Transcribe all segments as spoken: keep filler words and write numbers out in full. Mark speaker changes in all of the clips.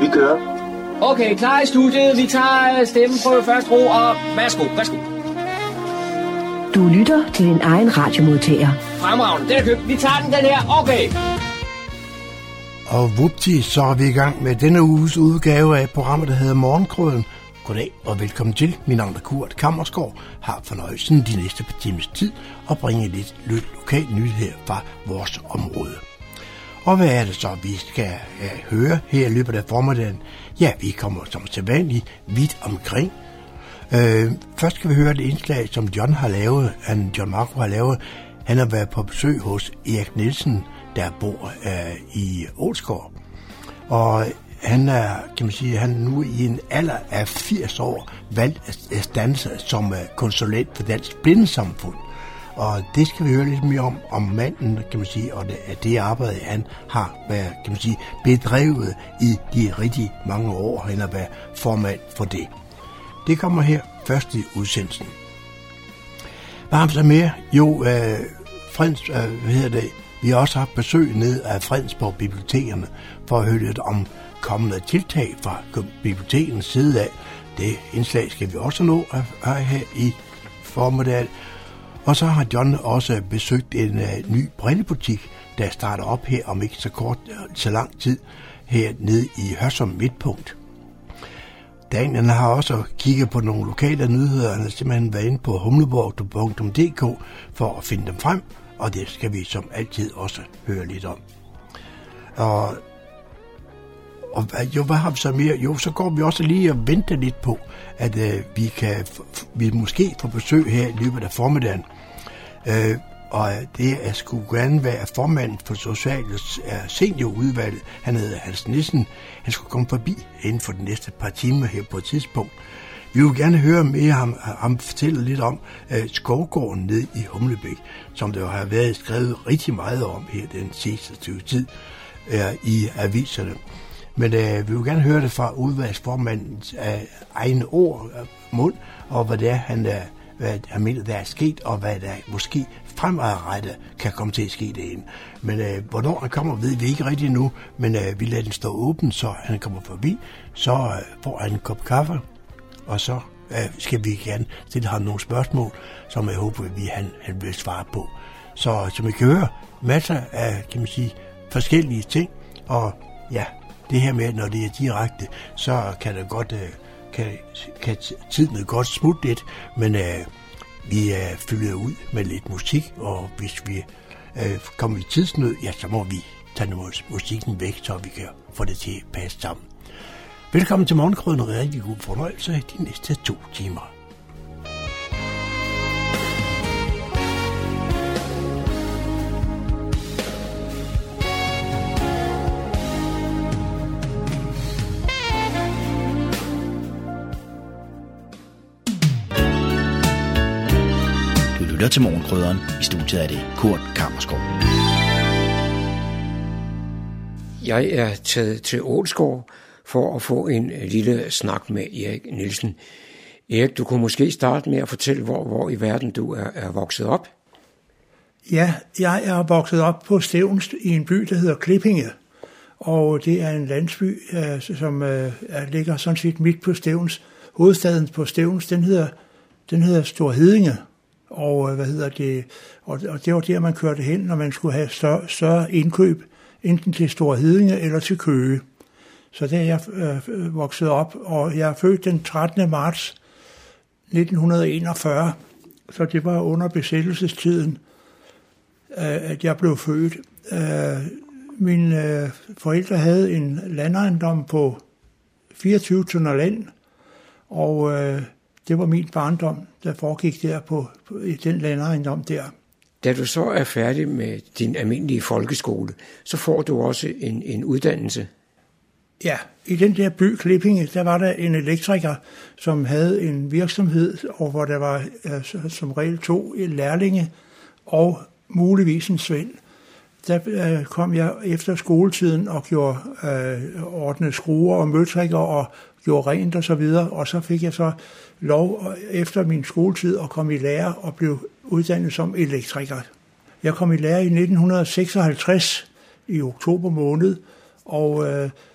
Speaker 1: Vi kører.
Speaker 2: Okay, klar i studiet. Vi tager stemmeprøve først, ro, og værsgo, værsgo.
Speaker 3: Du lytter til din egen radiomodtager.
Speaker 2: Fremragende, den er købt. Vi tager den, den her. Okay.
Speaker 4: Og vupti, så er vi i gang med denne uges udgave af programmet, der hedder Morgenkrøden. Goddag og velkommen til. Min navn er Kurt Kammersgaard, har fornøjelsen de næste par timers tid at bringe lidt, lidt lokal nyhed fra vores område. Og hvad er det så, vi skal uh, høre her i løbet af formiddagen? Ja, vi kommer som sædvanligt vidt omkring. Uh, først skal vi høre et indslag, som John har lavet, han, John Marco har lavet. Han har været på besøg hos Erik Nielsen, der bor uh, i Ålsgård. Og han er, kan man sige, han er nu i en alder af firs år valgt at standse som konsulent for Dansk Blindesamfund. Og det skal vi høre lidt mere om, om manden, kan man sige, og det, det arbejde, han har været, kan man sige, bedrevet i de rigtig mange år. Han har været formand for det. Det kommer her først i udsendelsen. Hvad har vi så mere? Jo, øh, Freds, øh, hvad hedder det? Vi har også haft besøg ned af Fredensborg bibliotekerne for at høre lidt om kommende tiltag fra bibliotekens side af. Det indslag skal vi også nå at høre her i formiddag. Og så har John også besøgt en uh, ny brillebutik, der starter op her om ikke så kort, så lang tid her nede i Hørsholm Midtpunkt. Daniel har også kigget på nogle lokale nyheder. Han har simpelthen været inde på humleborg punktum d k for at finde dem frem, og det skal vi som altid også høre lidt om. Og, og jo, hvad har vi så mere? Jo, så går vi også lige og venter lidt på, at øh, vi kan f- vi måske få besøg her i løbet af formiddagen. Øh, og det er skulle gerne være formanden for Sociales uh, seniorudvalget. Han hedder Hans Nielsen. Han skulle komme forbi inden for de næste par timer her på et tidspunkt. Vi vil gerne høre mere ham, ham fortælle lidt om uh, skovgården nede i Humlebæk, som der har været skrevet rigtig meget om her den sidste stykke tid uh, i aviserne. Men uh, vi vil gerne høre det fra udvalgsformandens uh, egne ord, uh, mund, og hvad det er, han, uh, hvad han mener, der er sket, og hvad der måske fremadrettet kan komme til at ske derinde. Men uh, hvornår han kommer, ved vi ikke rigtigt nu, men uh, vi lader den stå åben, så han kommer forbi, så uh, får han en kop kaffe, og så uh, skal vi gerne stille ham nogle spørgsmål, som jeg håber, vi han, han vil svare på. Så som I kan høre, masser af, kan man sige, forskellige ting, og ja, det her med, når det er direkte, så kan det godt, kan, kan tiden godt smutte lidt, men øh, vi er fyldet ud med lidt musik, og hvis vi øh, kommer i tidsnød, ja, så må vi tage noget musikken væk, så vi kan få det til at passe sammen. Velkommen til Morgenkrøden, og rigtig god fornøjelse de næste to timer.
Speaker 5: Lytter til Morgenkrydderen. I studiet er det Kurt Kammersgaard.
Speaker 6: Jeg er taget til Ålsgård for at få en lille snak med Erik Nielsen. Erik, du kunne måske starte med at fortælle, hvor, hvor i verden du er, er vokset op?
Speaker 7: Ja, jeg er vokset op på Stevns i en by, der hedder Klippinge. Og det er en landsby, som ligger sådan set midt på Stevns. Hovedstaden på Stevns, den hedder, den hedder Store Heddinge. Og hvad hedder det? Og, og det var der, man kørte hen, når man skulle have større, større indkøb, enten til Store Heddinge eller til Køge. Så der er jeg øh, vokset op, og jeg er født den trettende marts nitten enogfyrre, så det var under besættelsestiden, øh, at jeg blev født. Øh, mine øh, forældre havde en landejendom på fireogtyve tønder land, og øh, det var min barndom, der foregik der på, på i den landejendom der.
Speaker 6: Da du så er færdig med din almindelige folkeskole, så får du også en, en uddannelse.
Speaker 7: Ja, i den der by Klippinge, der var der en elektriker, som havde en virksomhed, og hvor der var øh, som regel to lærlinge og muligvis en svend. Der øh, kom jeg efter skoletiden og gjorde øh, ordnede skruer og møtrikker og gjorde rent og så videre, og så fik jeg så lov efter min skoletid at komme i lære og blev uddannet som elektriker. Jeg kom i lære i nitten seksoghalvtreds i oktober måned, og øh,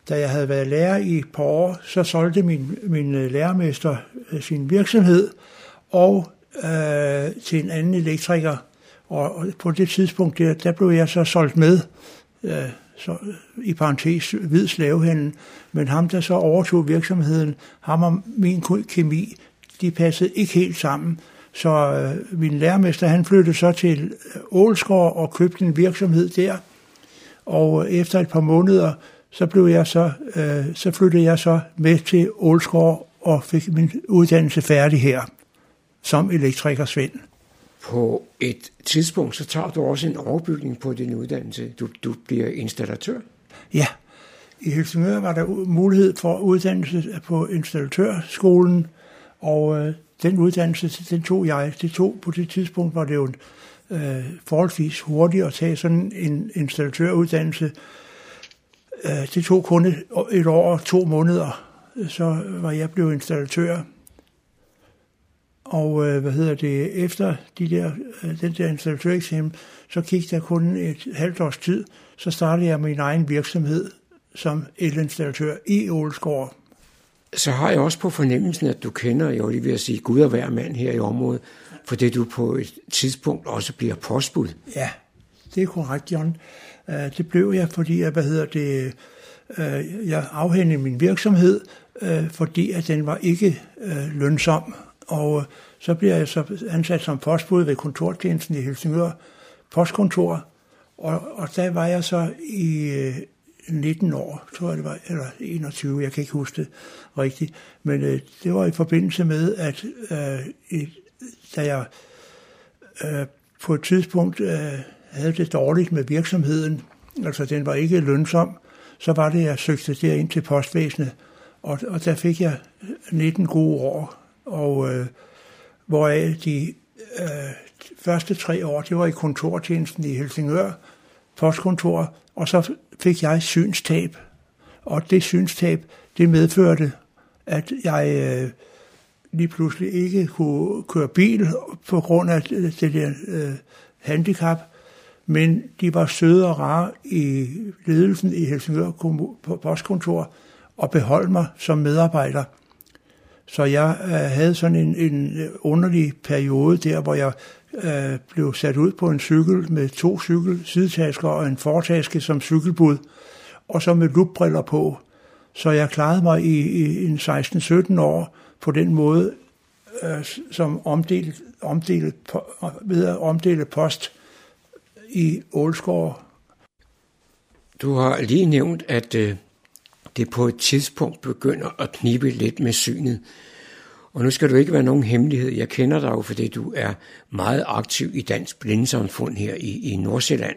Speaker 7: da jeg havde været lærer i et par år, så solgte min, min lærermester sin virksomhed og øh, til en anden elektriker. Og, og på det tidspunkt, der, der blev jeg så solgt med, øh, så, i parentes hvid slavehandel. Men ham, der så overtog virksomheden, ham og min kemi, de passede ikke helt sammen. Så øh, min lærermester, han flyttede så til Ålsgård og købte en virksomhed der. Og efter et par måneder, så blev jeg så, øh, så flyttede jeg så med til Ålsgård og fik min uddannelse færdig her som elektrikersvend.
Speaker 6: På et tidspunkt, så tager du også en overbygning på din uddannelse. Du, du bliver installatør.
Speaker 7: Ja, i Helsingør var der mulighed for uddannelse på installatørskolen, og øh, den uddannelse, den tog jeg. Det tog på det tidspunkt, var det jo øh, forholdsvis hurtigt at tage sådan en installatøruddannelse. Øh, det tog kun et, et år og to måneder, så var jeg blevet installatør. Og øh, hvad hedder det, efter de der, øh, den der installatøreksamen, så gik der kun et halvt års tid, så startede jeg min egen virksomhed som elinstallatør i Ålsgård.
Speaker 6: Så har jeg også på fornemmelsen, at du kender, jeg vil lige sige, Gud og hver mand her i området, fordi du på et tidspunkt også bliver postbud.
Speaker 7: Ja, det er korrekt, John. Uh, det blev jeg, fordi jeg, hvad hedder det, uh, jeg afhændede min virksomhed, uh, fordi at den var ikke uh, lønsom. Og uh, så bliver jeg så ansat som postbud ved kontortjenesten i Helsingør postkontor, og, og der var jeg så i uh, nitten år, tror jeg det var, eller enogtyve, jeg kan ikke huske det rigtigt, men øh, det var i forbindelse med, at øh, i, da jeg øh, på et tidspunkt øh, havde det dårligt med virksomheden, altså den var ikke lønsom, så var det, jeg søgte derind til postvæsenet, og, og der fik jeg nitten gode år, og øh, hvoraf de øh, første tre år, det var i kontortjenesten i Helsingør, postkontor, og så fik jeg synstab, og det synstab, det medførte, at jeg øh, lige pludselig ikke kunne køre bil på grund af det der øh, handicap, men de var søde og rare i ledelsen i Helsingør postkontor og beholdt mig som medarbejder. Så jeg øh, havde sådan en, en underlig periode der, hvor jeg øh, blev sat ud på en cykel med to cykel, sidetasker og en fortaske som cykelbud, og så med lupbriller på. Så jeg klarede mig i, i en seksten sytten år på den måde, øh, som omdelt, omdelt, ved at omdele post i Ålsgård.
Speaker 6: Du har lige nævnt, at øh, det på et tidspunkt begynder at knibe lidt med synet. Og nu skal du ikke være nogen hemmelighed. Jeg kender dig jo, fordi du er meget aktiv i Dansk Blindesamfund her i, i Nordsjælland.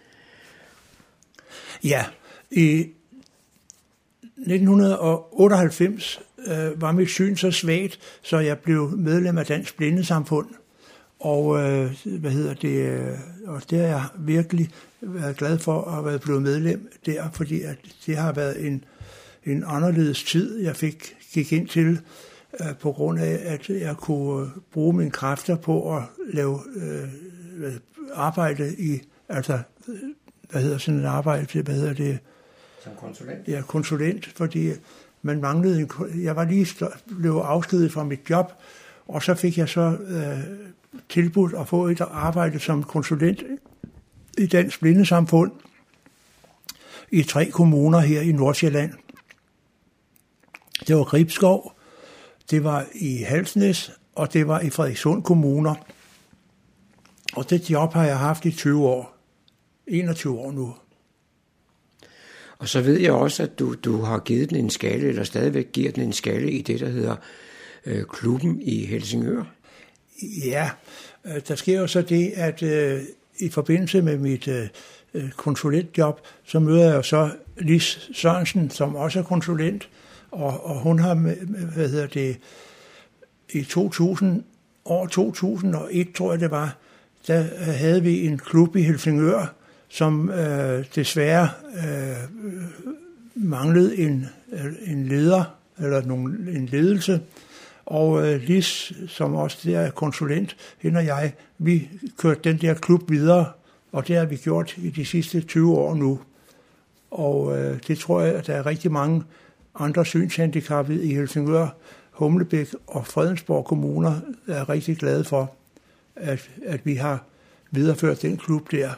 Speaker 7: Ja, i nitten otteoghalvfems øh, var mit syn så svagt, så jeg blev medlem af Dansk Blindesamfund. Og øh, hvad hedder det? Øh, og det har jeg virkelig været glad for at have været blevet medlem der, fordi at det har været en en anderledes tid, jeg fik gik ind til, øh, på grund af, at jeg kunne øh, bruge mine kræfter på at lave øh, arbejde i, altså, hvad hedder sådan et arbejde, hvad hedder det?
Speaker 6: Som konsulent?
Speaker 7: Ja, konsulent, fordi man manglede, en, jeg var lige blevet afskediget fra mit job, og så fik jeg så øh, tilbudt at få et arbejde som konsulent i Dansk Blindesamfund i tre kommuner her i Nordsjælland. Det var Gribskov, det var i Halsnæs, og det var i Frederikssund kommuner. Og det job har jeg haft i tyve år. enogtyve år nu.
Speaker 6: Og så ved jeg også, at du, du har givet den en skalle, eller stadigvæk giver den en skalle i det, der hedder øh, klubben i Helsingør.
Speaker 7: Ja, øh, der sker jo så det, at øh, i forbindelse med mit øh, konsulentjob, så møder jeg jo så Lis Sørensen, som også er konsulent, og, og hun har, hvad hedder det, i to tusind, år to tusind og et, tror jeg det var, der havde vi en klub i Helsingør, som øh, desværre øh, manglede en, en leder, eller nogen, en ledelse, og øh, Lis, som også der er konsulent, hende og jeg, vi kørte den der klub videre, og det har vi gjort i de sidste tyve år nu. Og øh, det tror jeg, at der er rigtig mange andre synshandicappede i Helsingør, Humlebæk og Fredensborg kommuner, der er rigtig glade for, at, at vi har videreført den klub der,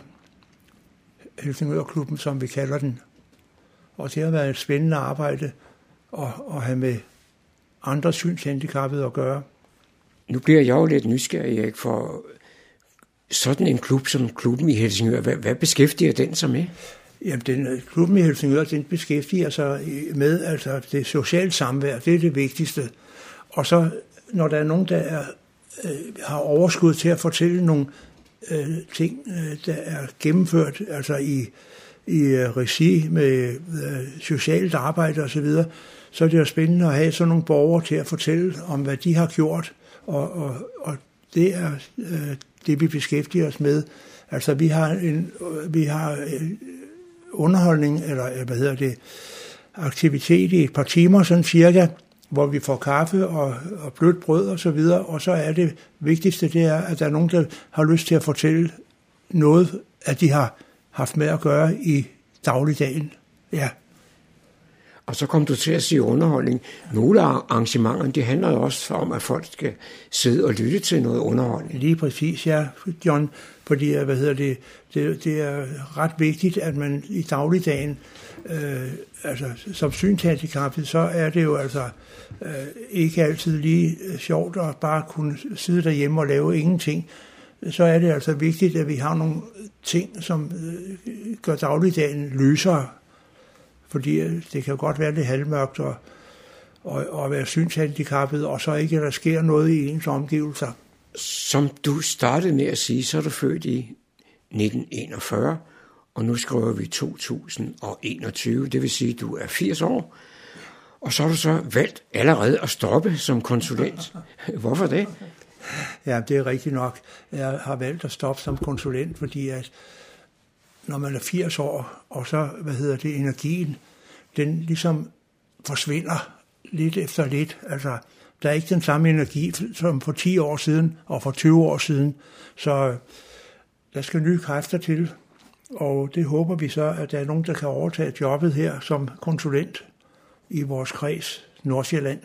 Speaker 7: Helsingør-klubben, som vi kalder den. Og det har været et spændende arbejde at, at have med andre synshandicappede at gøre.
Speaker 6: Nu bliver jeg jo lidt nysgerrig, Erik, for sådan en klub som klubben i Helsingør, hvad, hvad beskæftiger den sig med?
Speaker 7: Jamen, den, klubben i Helsingør, den beskæftiger sig med altså det sociale samvær, det er det vigtigste. Og så, når der er nogen, der er, øh, har overskud til at fortælle nogle øh, ting, øh, der er gennemført, altså i, i øh, regi med øh, socialt arbejde osv., så, videre, så er det jo spændende at have sådan nogle borgere til at fortælle om, hvad de har gjort, og, og, og det er øh, det, vi beskæftiger os med. Altså, vi har en, vi har en underholdning, eller hvad hedder det, aktivitet i et par timer, sådan cirka, hvor vi får kaffe og, og blødt brød og så videre, og så er det vigtigste, det er, at der er nogen, der har lyst til at fortælle noget, at de har haft med at gøre i dagligdagen. Ja.
Speaker 6: Og så kom du til at sige underholdning. Nogle af arrangementerne, det handler jo også om, at folk skal sidde og lytte til noget underholdning.
Speaker 7: Lige præcis, ja, John, fordi hvad hedder det, det, det er ret vigtigt, at man i dagligdagen, øh, altså som synshandicappet, så er det jo altså øh, ikke altid lige sjovt at bare kunne sidde derhjemme og lave ingenting. Så er det altså vigtigt, at vi har nogle ting, som øh, gør dagligdagen lysere. Fordi det kan godt være lidt halvmørkt og, og, og være synshandicappet, og så ikke, at der sker noget i ens omgivelser.
Speaker 6: Som du startede med at sige, så er du født i nitten enogfyrre, og nu skriver vi to tusind enogtyve, det vil sige, at du er firs år, og så har du så valgt allerede at stoppe som konsulent. Hvorfor det?
Speaker 7: Ja, det er rigtigt nok. Jeg har valgt at stoppe som konsulent, fordi at når man er firs år, og så, hvad hedder det, energien, den ligesom forsvinder lidt efter lidt. Altså, der er ikke den samme energi som for ti år siden og for tyve år siden, så der skal nye kræfter til, og det håber vi så, at der er nogen, der kan overtage jobbet her som konsulent i vores kreds, Nordsjælland.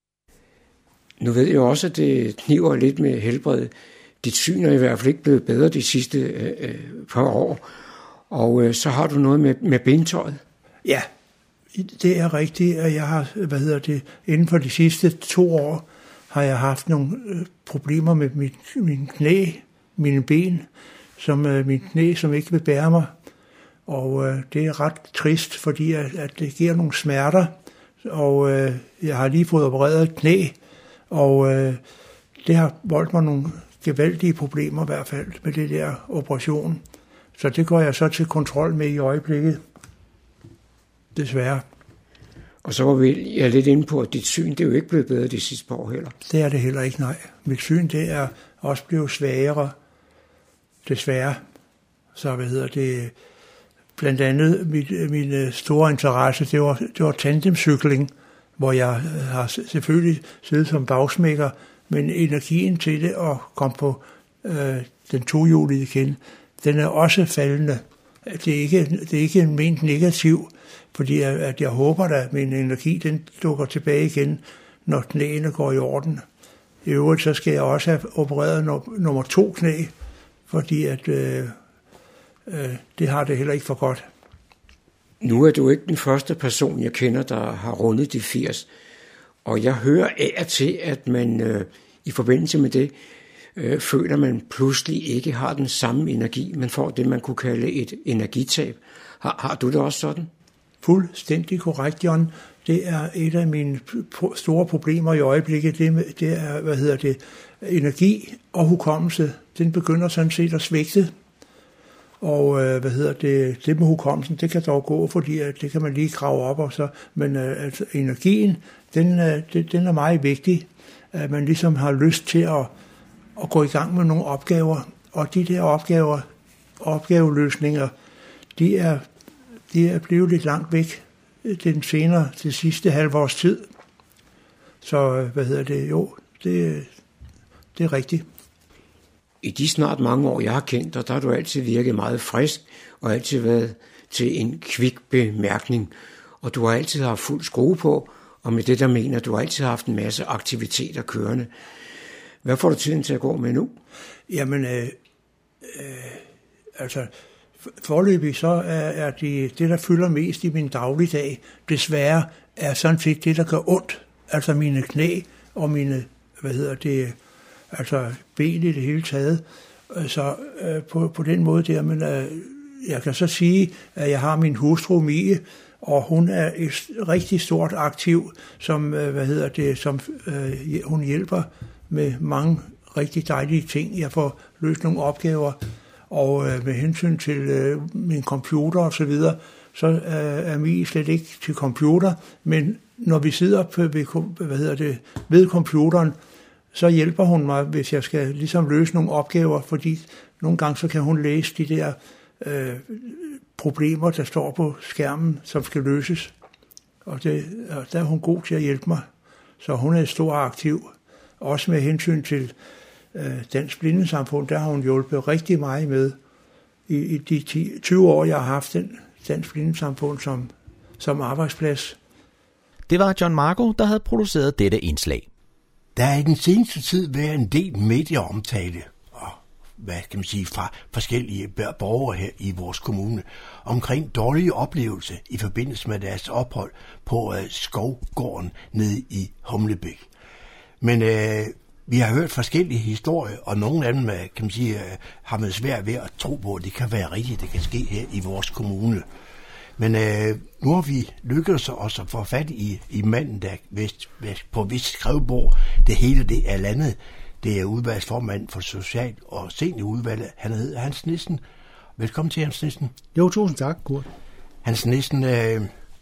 Speaker 6: Nu ved jeg jo også, at det kniver lidt med helbred. Dit syn er i hvert fald ikke blevet bedre de sidste øh, par år. Og øh, så har du noget med, med bentøjet.
Speaker 7: Ja, det er rigtigt, at jeg har, hvad hedder det, inden for de sidste to år, har jeg haft nogle øh, problemer med mit, min knæ, mine ben, som øh, min knæ, som ikke vil bære mig. Og øh, det er ret trist, fordi at, at det giver nogle smerter, og øh, jeg har lige fået opereret et knæ, og øh, det har voldt mig nogle gevaldige problemer i hvert fald med det der operation. Så det går jeg så til kontrol med i øjeblikket, desværre.
Speaker 6: Og så var vi jeg lidt inde på, at dit syn, det er jo ikke blevet bedre de sidste par år heller.
Speaker 7: Det er det heller ikke, nej. Mit syn, det er også blevet svagere, desværre. Så hvad hedder det, blandt andet mit, min store interesse, det var, det var tandemcykling, hvor jeg har selvfølgelig siddet som bagsmækker, men energien til det at komme på øh, den tohjulede igen, den er også faldende. Det er ikke, det er ikke ment negativ, fordi jeg, at jeg håber, at min energi den dukker tilbage igen, når knæene går i orden. I øvrigt så skal jeg også have opereret nummer to knæ, fordi at, øh, øh, det har det heller ikke for godt.
Speaker 6: Nu er du ikke den første person, jeg kender, der har rundet de firs. Og jeg hører af og til, at man øh, i forbindelse med det, øh, føler man pludselig ikke har den samme energi. Man får det, man kunne kalde et energitab. Har, har du det også sådan?
Speaker 7: Fuldstændig korrekt, John. Det er et af mine store problemer i øjeblikket. Det, det er, hvad hedder det, energi og hukommelse. Den begynder sådan set at svigte. Og øh, hvad hedder det, det med hukommelsen, det kan dog gå, fordi at det kan man lige grave op og så. Men øh, altså, energien, den, øh, den er meget vigtig. At man ligesom har lyst til at, at gå i gang med nogle opgaver. Og de der opgaver, opgaveløsninger, de er, de er blevet lidt langt væk den senere, til sidste halve års tid. Så hvad hedder det, jo, det, det er rigtigt.
Speaker 6: I de snart mange år, jeg har kendt dig, der har du altid virket meget frisk, og altid været til en kvik bemærkning. Og du har altid haft fuld skrue på, og med det der mener, du har altid haft en masse aktiviteter kørende. Hvad får du tiden til at gå med nu?
Speaker 7: Jamen, øh, øh, altså, foreløbig så er, er det, det, der fylder mest i min dagligdag, desværre er sådan set det, der gør ondt. Altså mine knæ og mine, hvad hedder det, altså ben i det hele taget. Så øh, på, på den måde der, men øh, jeg kan så sige, at jeg har min hustru Mie, og hun er et rigtig stort aktiv, som, øh, hvad hedder det, som øh, hun hjælper med mange rigtig dejlige ting. Jeg får løst nogle opgaver, og øh, med hensyn til øh, min computer og så videre, så øh, er Mie slet ikke til computer, men når vi sidder på, ved, hvad hedder det, ved computeren, så hjælper hun mig, hvis jeg skal ligesom løse nogle opgaver, fordi nogle gange så kan hun læse de der øh, problemer, der står på skærmen, som skal løses. Og, det, og der er hun god til at hjælpe mig. Så hun er et stort aktiv. Også med hensyn til øh, Dansk Blindesamfund, der har hun hjulpet rigtig meget med. I, i de ti, tyve år, jeg har haft den Dansk Blindesamfund som, som arbejdsplads.
Speaker 1: Det var John Marco, der havde produceret dette indslag.
Speaker 4: Der er i den seneste tid været en del medieomtale, og hvad kan man sige, fra forskellige borgere her i vores kommune, omkring dårlige oplevelser i forbindelse med deres ophold på uh, Skovgården nede i Humlebæk. Men uh, vi har hørt forskellige historier, og nogle af dem uh, kan man sige, uh, har man svært ved at tro på, at det kan være rigtigt, det kan ske her i vores kommune. Men øh, nu har vi lykkedes os at få fat i, i manden, der vist, vist, på vist skrivebord. Det hele det er landet. Det er udvalgsformand for Social- og Seniorudvalget. Han hedder Hans Nissen. Velkommen til, Hans Nissen.
Speaker 8: Jo, tusind tak, Kurt.
Speaker 4: Hans Nissen, øh,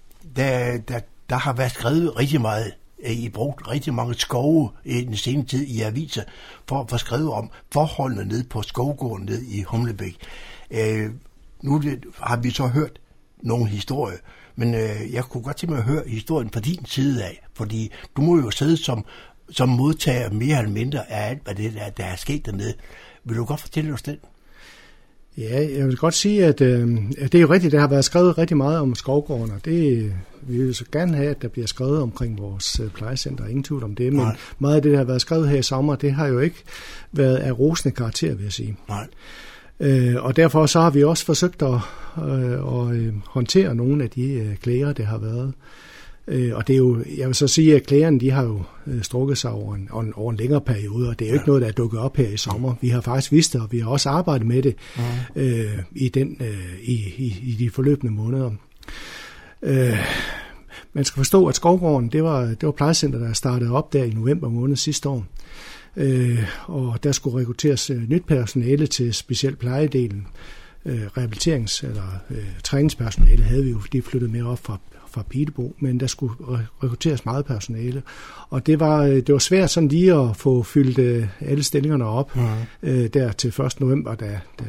Speaker 4: der, der, der har været skrevet rigtig meget. I brugt rigtig mange skove i den senere tid i aviser for at få skrevet om forholdene nede på Skovgården nede i Humlebæk. Øh, nu har vi så hørt nogle historier, men øh, jeg kunne godt tænke mig at høre historien fra din side af, fordi du må jo sidde som, som modtager mere eller mindre af alt, hvad det der, der er sket dernede. Vil du godt fortælle os den?
Speaker 8: Ja, jeg vil godt sige, at, øh, at det er jo rigtigt, der har været skrevet rigtig meget om Skovgården, og det vi vil så gerne have, at der bliver skrevet omkring vores plejecenter, ingen tvivl om det, men Nej. meget af det, der har været skrevet her i sommer, det har jo ikke været af rosende karakter, vil jeg sige.
Speaker 4: Nej.
Speaker 8: Øh, og derfor så har vi også forsøgt at, øh, at øh, håndtere nogle af de øh, klager, der har været. Øh, og det er jo, jeg vil så sige, at klagerne, de har jo øh, strukket sig over en, over en længere periode, og det er jo ja. ikke noget, der er dukket op her i sommer. Vi har faktisk vidst det, og vi har også arbejdet med det ja. øh, i, den, øh, i, i, i de forløbende måneder. Øh, man skal forstå, at Skovgården, det var, det var plejecenter, der startede op der i november måned sidste år. Øh, og der skulle rekrutteres øh, nyt personale til specielt plejedelen. Øh, rehabiliterings- eller øh, træningspersonale havde vi jo, de flyttede mere op fra, fra Pitebo, men der skulle rekrutteres meget personale. Og det var, øh, det var svært sådan lige at få fyldt øh, alle stillingerne op mm. øh, der til første november, da, da,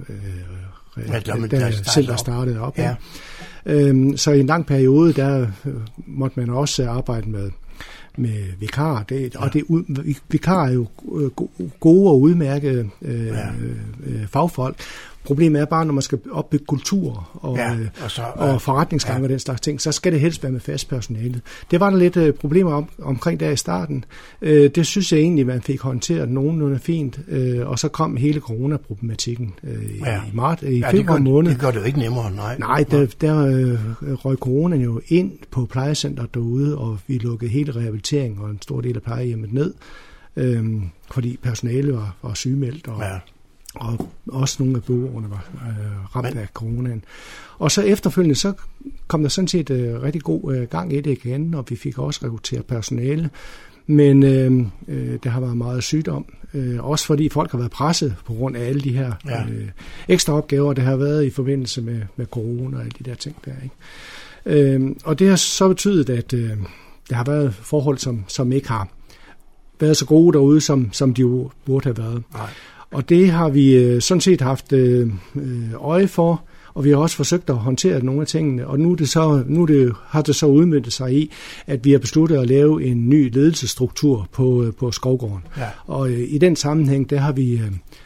Speaker 8: øh, ja, da, da center startede op. Ja. Øh, så i en lang periode, der øh, måtte man også arbejde med med vikarer, det, og det, vikarer er jo gode og udmærkede øh, ja. øh, fagfolk. Problemet er bare, når man skal opbygge kultur og, ja, og, så, øh, og forretningsgange ja. og den slags ting, så skal det helst være med fast personale. Det var der lidt øh, problemer om, omkring der i starten. Øh, det synes jeg egentlig, man fik håndteret nogenlunde fint, øh, og så kom hele coronaproblematikken øh, ja. i marts, i ja, februar måned.
Speaker 4: Det gør det jo ikke nemmere, nej.
Speaker 8: Nej, der, der øh, røg corona jo ind på plejecenteret derude, og vi lukkede hele rehabilitering og en stor del af plejehjemmet ned, øh, fordi personale var, var sygemeldt, og ja. og også nogle af beboerne var øh, ramt Men. af coronaen. Og så efterfølgende, så kom der sådan set øh, rigtig god øh, gang i det igen, og vi fik også rekrutteret personale. Men øh, øh, der har været meget sygdom, øh, også fordi folk har været presset på grund af alle de her ja. øh, ekstra opgaver, der har været i forbindelse med, med corona og alle de der ting der. Ikke? Øh, og det har så betydet, at øh, der har været forhold, som, som ikke har været så gode derude, som, som de burde have været. Nej. Og det har vi øh, sådan set haft øh, øje for, og vi har også forsøgt at håndtere nogle af tingene. Og nu, er det så, nu er det, har det så udmøntet sig i, at vi har besluttet at lave en ny ledelsesstruktur på, på Skovgården. Ja. Og øh, i den sammenhæng, der har vi øh,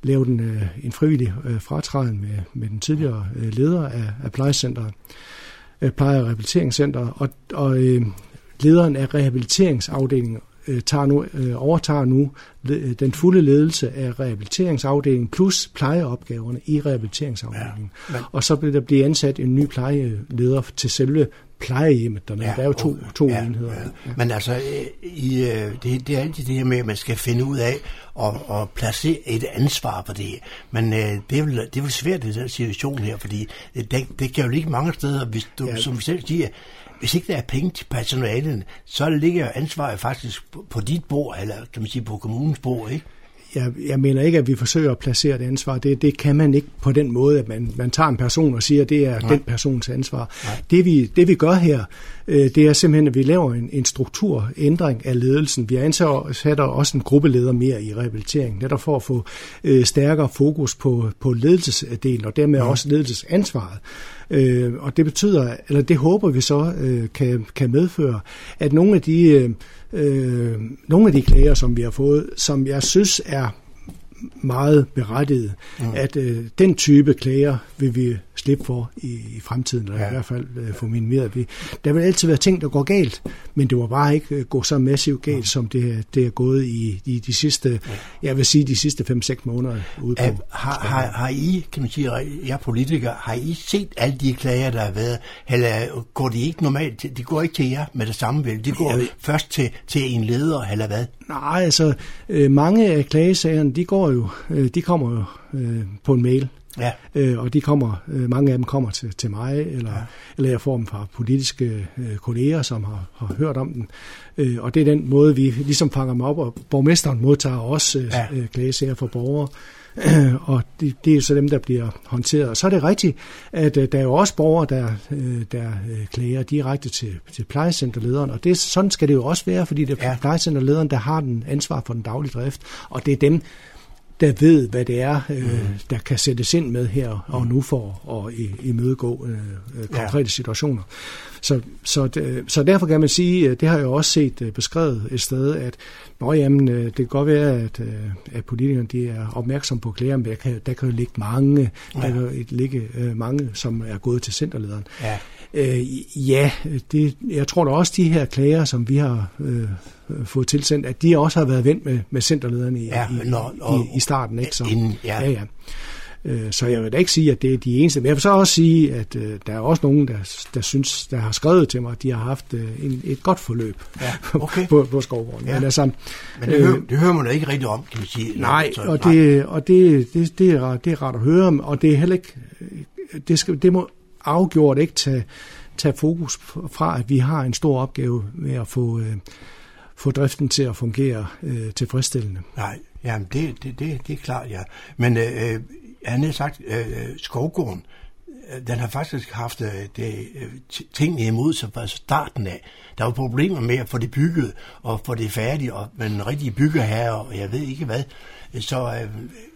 Speaker 8: lavet en, øh, en frivillig øh, fratræden med, med den tidligere øh, leder af, af plejecenteret, øh, pleje- og rehabiliteringscenteret, og, og øh, lederen af rehabiliteringsafdelingen øh, tager nu, øh, overtager nu le, den fulde ledelse af rehabiliteringsafdelingen plus plejeopgaverne i rehabiliteringsafdelingen. Ja, men... Og så bliver der blive ansat en ny plejeleder til selve plejehjemmet dernede. Ja, der er jo to, okay. to ja, enheder. Ja.
Speaker 4: Ja. Men altså, i, det, det er altid det her med, at man skal finde ud af og, og placere et ansvar på det her. Men øh, det, er vel, det er vel svært i den situation her, fordi det, det kan jo ligge mange steder, hvis du, ja. som selv siger, hvis ikke der er penge til personalen, så ligger ansvaret faktisk på, på dit bord, eller kan man sige på kommunens bord, ikke?
Speaker 8: Jeg, jeg mener ikke, at vi forsøger at placere det ansvar. Det, det kan man ikke på den måde, at man, man tager en person og siger, at det er Nej. den persons ansvar. Det vi, det vi gør her, øh, det er simpelthen, at vi laver en, en strukturændring af ledelsen. Vi ansætter også en gruppeleder mere i rehabilitering, netop for at få øh, stærkere fokus på, på ledelsesdelen, og dermed ja. også ledelsesansvaret. Øh, og det betyder, eller det håber vi så øh, kan, kan medføre, at nogle af de øh, øh, nogle af de klager, som vi har fået, som jeg synes er meget berettiget, mm. at øh, den type klager vil vi slippe for i, i fremtiden, eller ja. i hvert fald øh, få minimeret. Vi, der vil altid være ting, der går galt, men det må bare ikke øh, gå så massivt galt, mm. som det, det er gået i, i de sidste, ja. jeg vil sige, de sidste fem seks måneder ude på.
Speaker 4: Æh, har, har, har I, kan man sige, jer politikere, har I set alle de klager, der har været, eller går de ikke normalt til, de går ikke til jer med det samme vel? De går ja. først til, til en leder, eller hvad?
Speaker 8: Nej, altså, øh, mange af klagesagerne, de går jo, øh, de kommer jo øh, på en mail. Ja. Øh, og de kommer, øh, mange af dem kommer til, til mig, eller, ja. eller jeg får dem fra politiske øh, kolleger, som har, har hørt om den. Øh, og det er den måde, vi ligesom fanger dem op, og borgmesteren modtager også øh, ja. øh, klagesager fra borgere. Og det, det er så dem, der bliver håndteret. Og så er det rigtigt, at uh, der er jo også borgere, der, uh, der uh, klager direkte til, til plejecenterlederen, og det, sådan skal det jo også være, fordi det er ja. plejecenterlederen, der har den ansvar for den daglige drift, og det er dem, der ved, hvad det er, uh, mm. der kan sættes ind med her og nu for at imødegå uh, konkrete ja. situationer. Så, så, det, så derfor kan man sige, det har jeg også set beskrevet et sted, at nå, jamen, det kan godt være, at, at politikerne de er opmærksomme på klager, men der kan, der kan jo ligge mange, ja. der kan ligge mange, som er gået til centerlederen. Ja, øh, ja det, jeg tror da også, de her klager, som vi har øh, fået tilsendt, at de også har været vendt med, med centerlederne i, ja, i, når, og, i, i starten. Ikke? Så, inden, ja. Ja, ja. Så jeg vil da ikke sige, at det er de eneste. Men jeg vil så også sige, at øh, der er også nogen, der, der synes, der har skrevet til mig, at de har haft øh, en, et godt forløb ja, okay. på, på Skovgården. Ja. Men, altså,
Speaker 4: Men det, øh, hører, det hører man da ikke rigtig om, kan man sige.
Speaker 8: Nej, så, og, det, og det, det, det, er, det er rart at høre om, og det er heller ikke, det, skal, det må afgjort ikke tage, tage fokus fra, at vi har en stor opgave med at få, øh, få driften til at fungere øh, tilfredsstillende.
Speaker 4: Nej, jamen det, det, det, det er klart, ja. Men øh, han har sagt, øh, Skovgården, den har faktisk haft øh, det, øh, tingene imod sig fra starten af. Der var problemer med at få det bygget og få det færdigt, og men rigtige byggeherrer, og jeg ved ikke hvad. Så øh,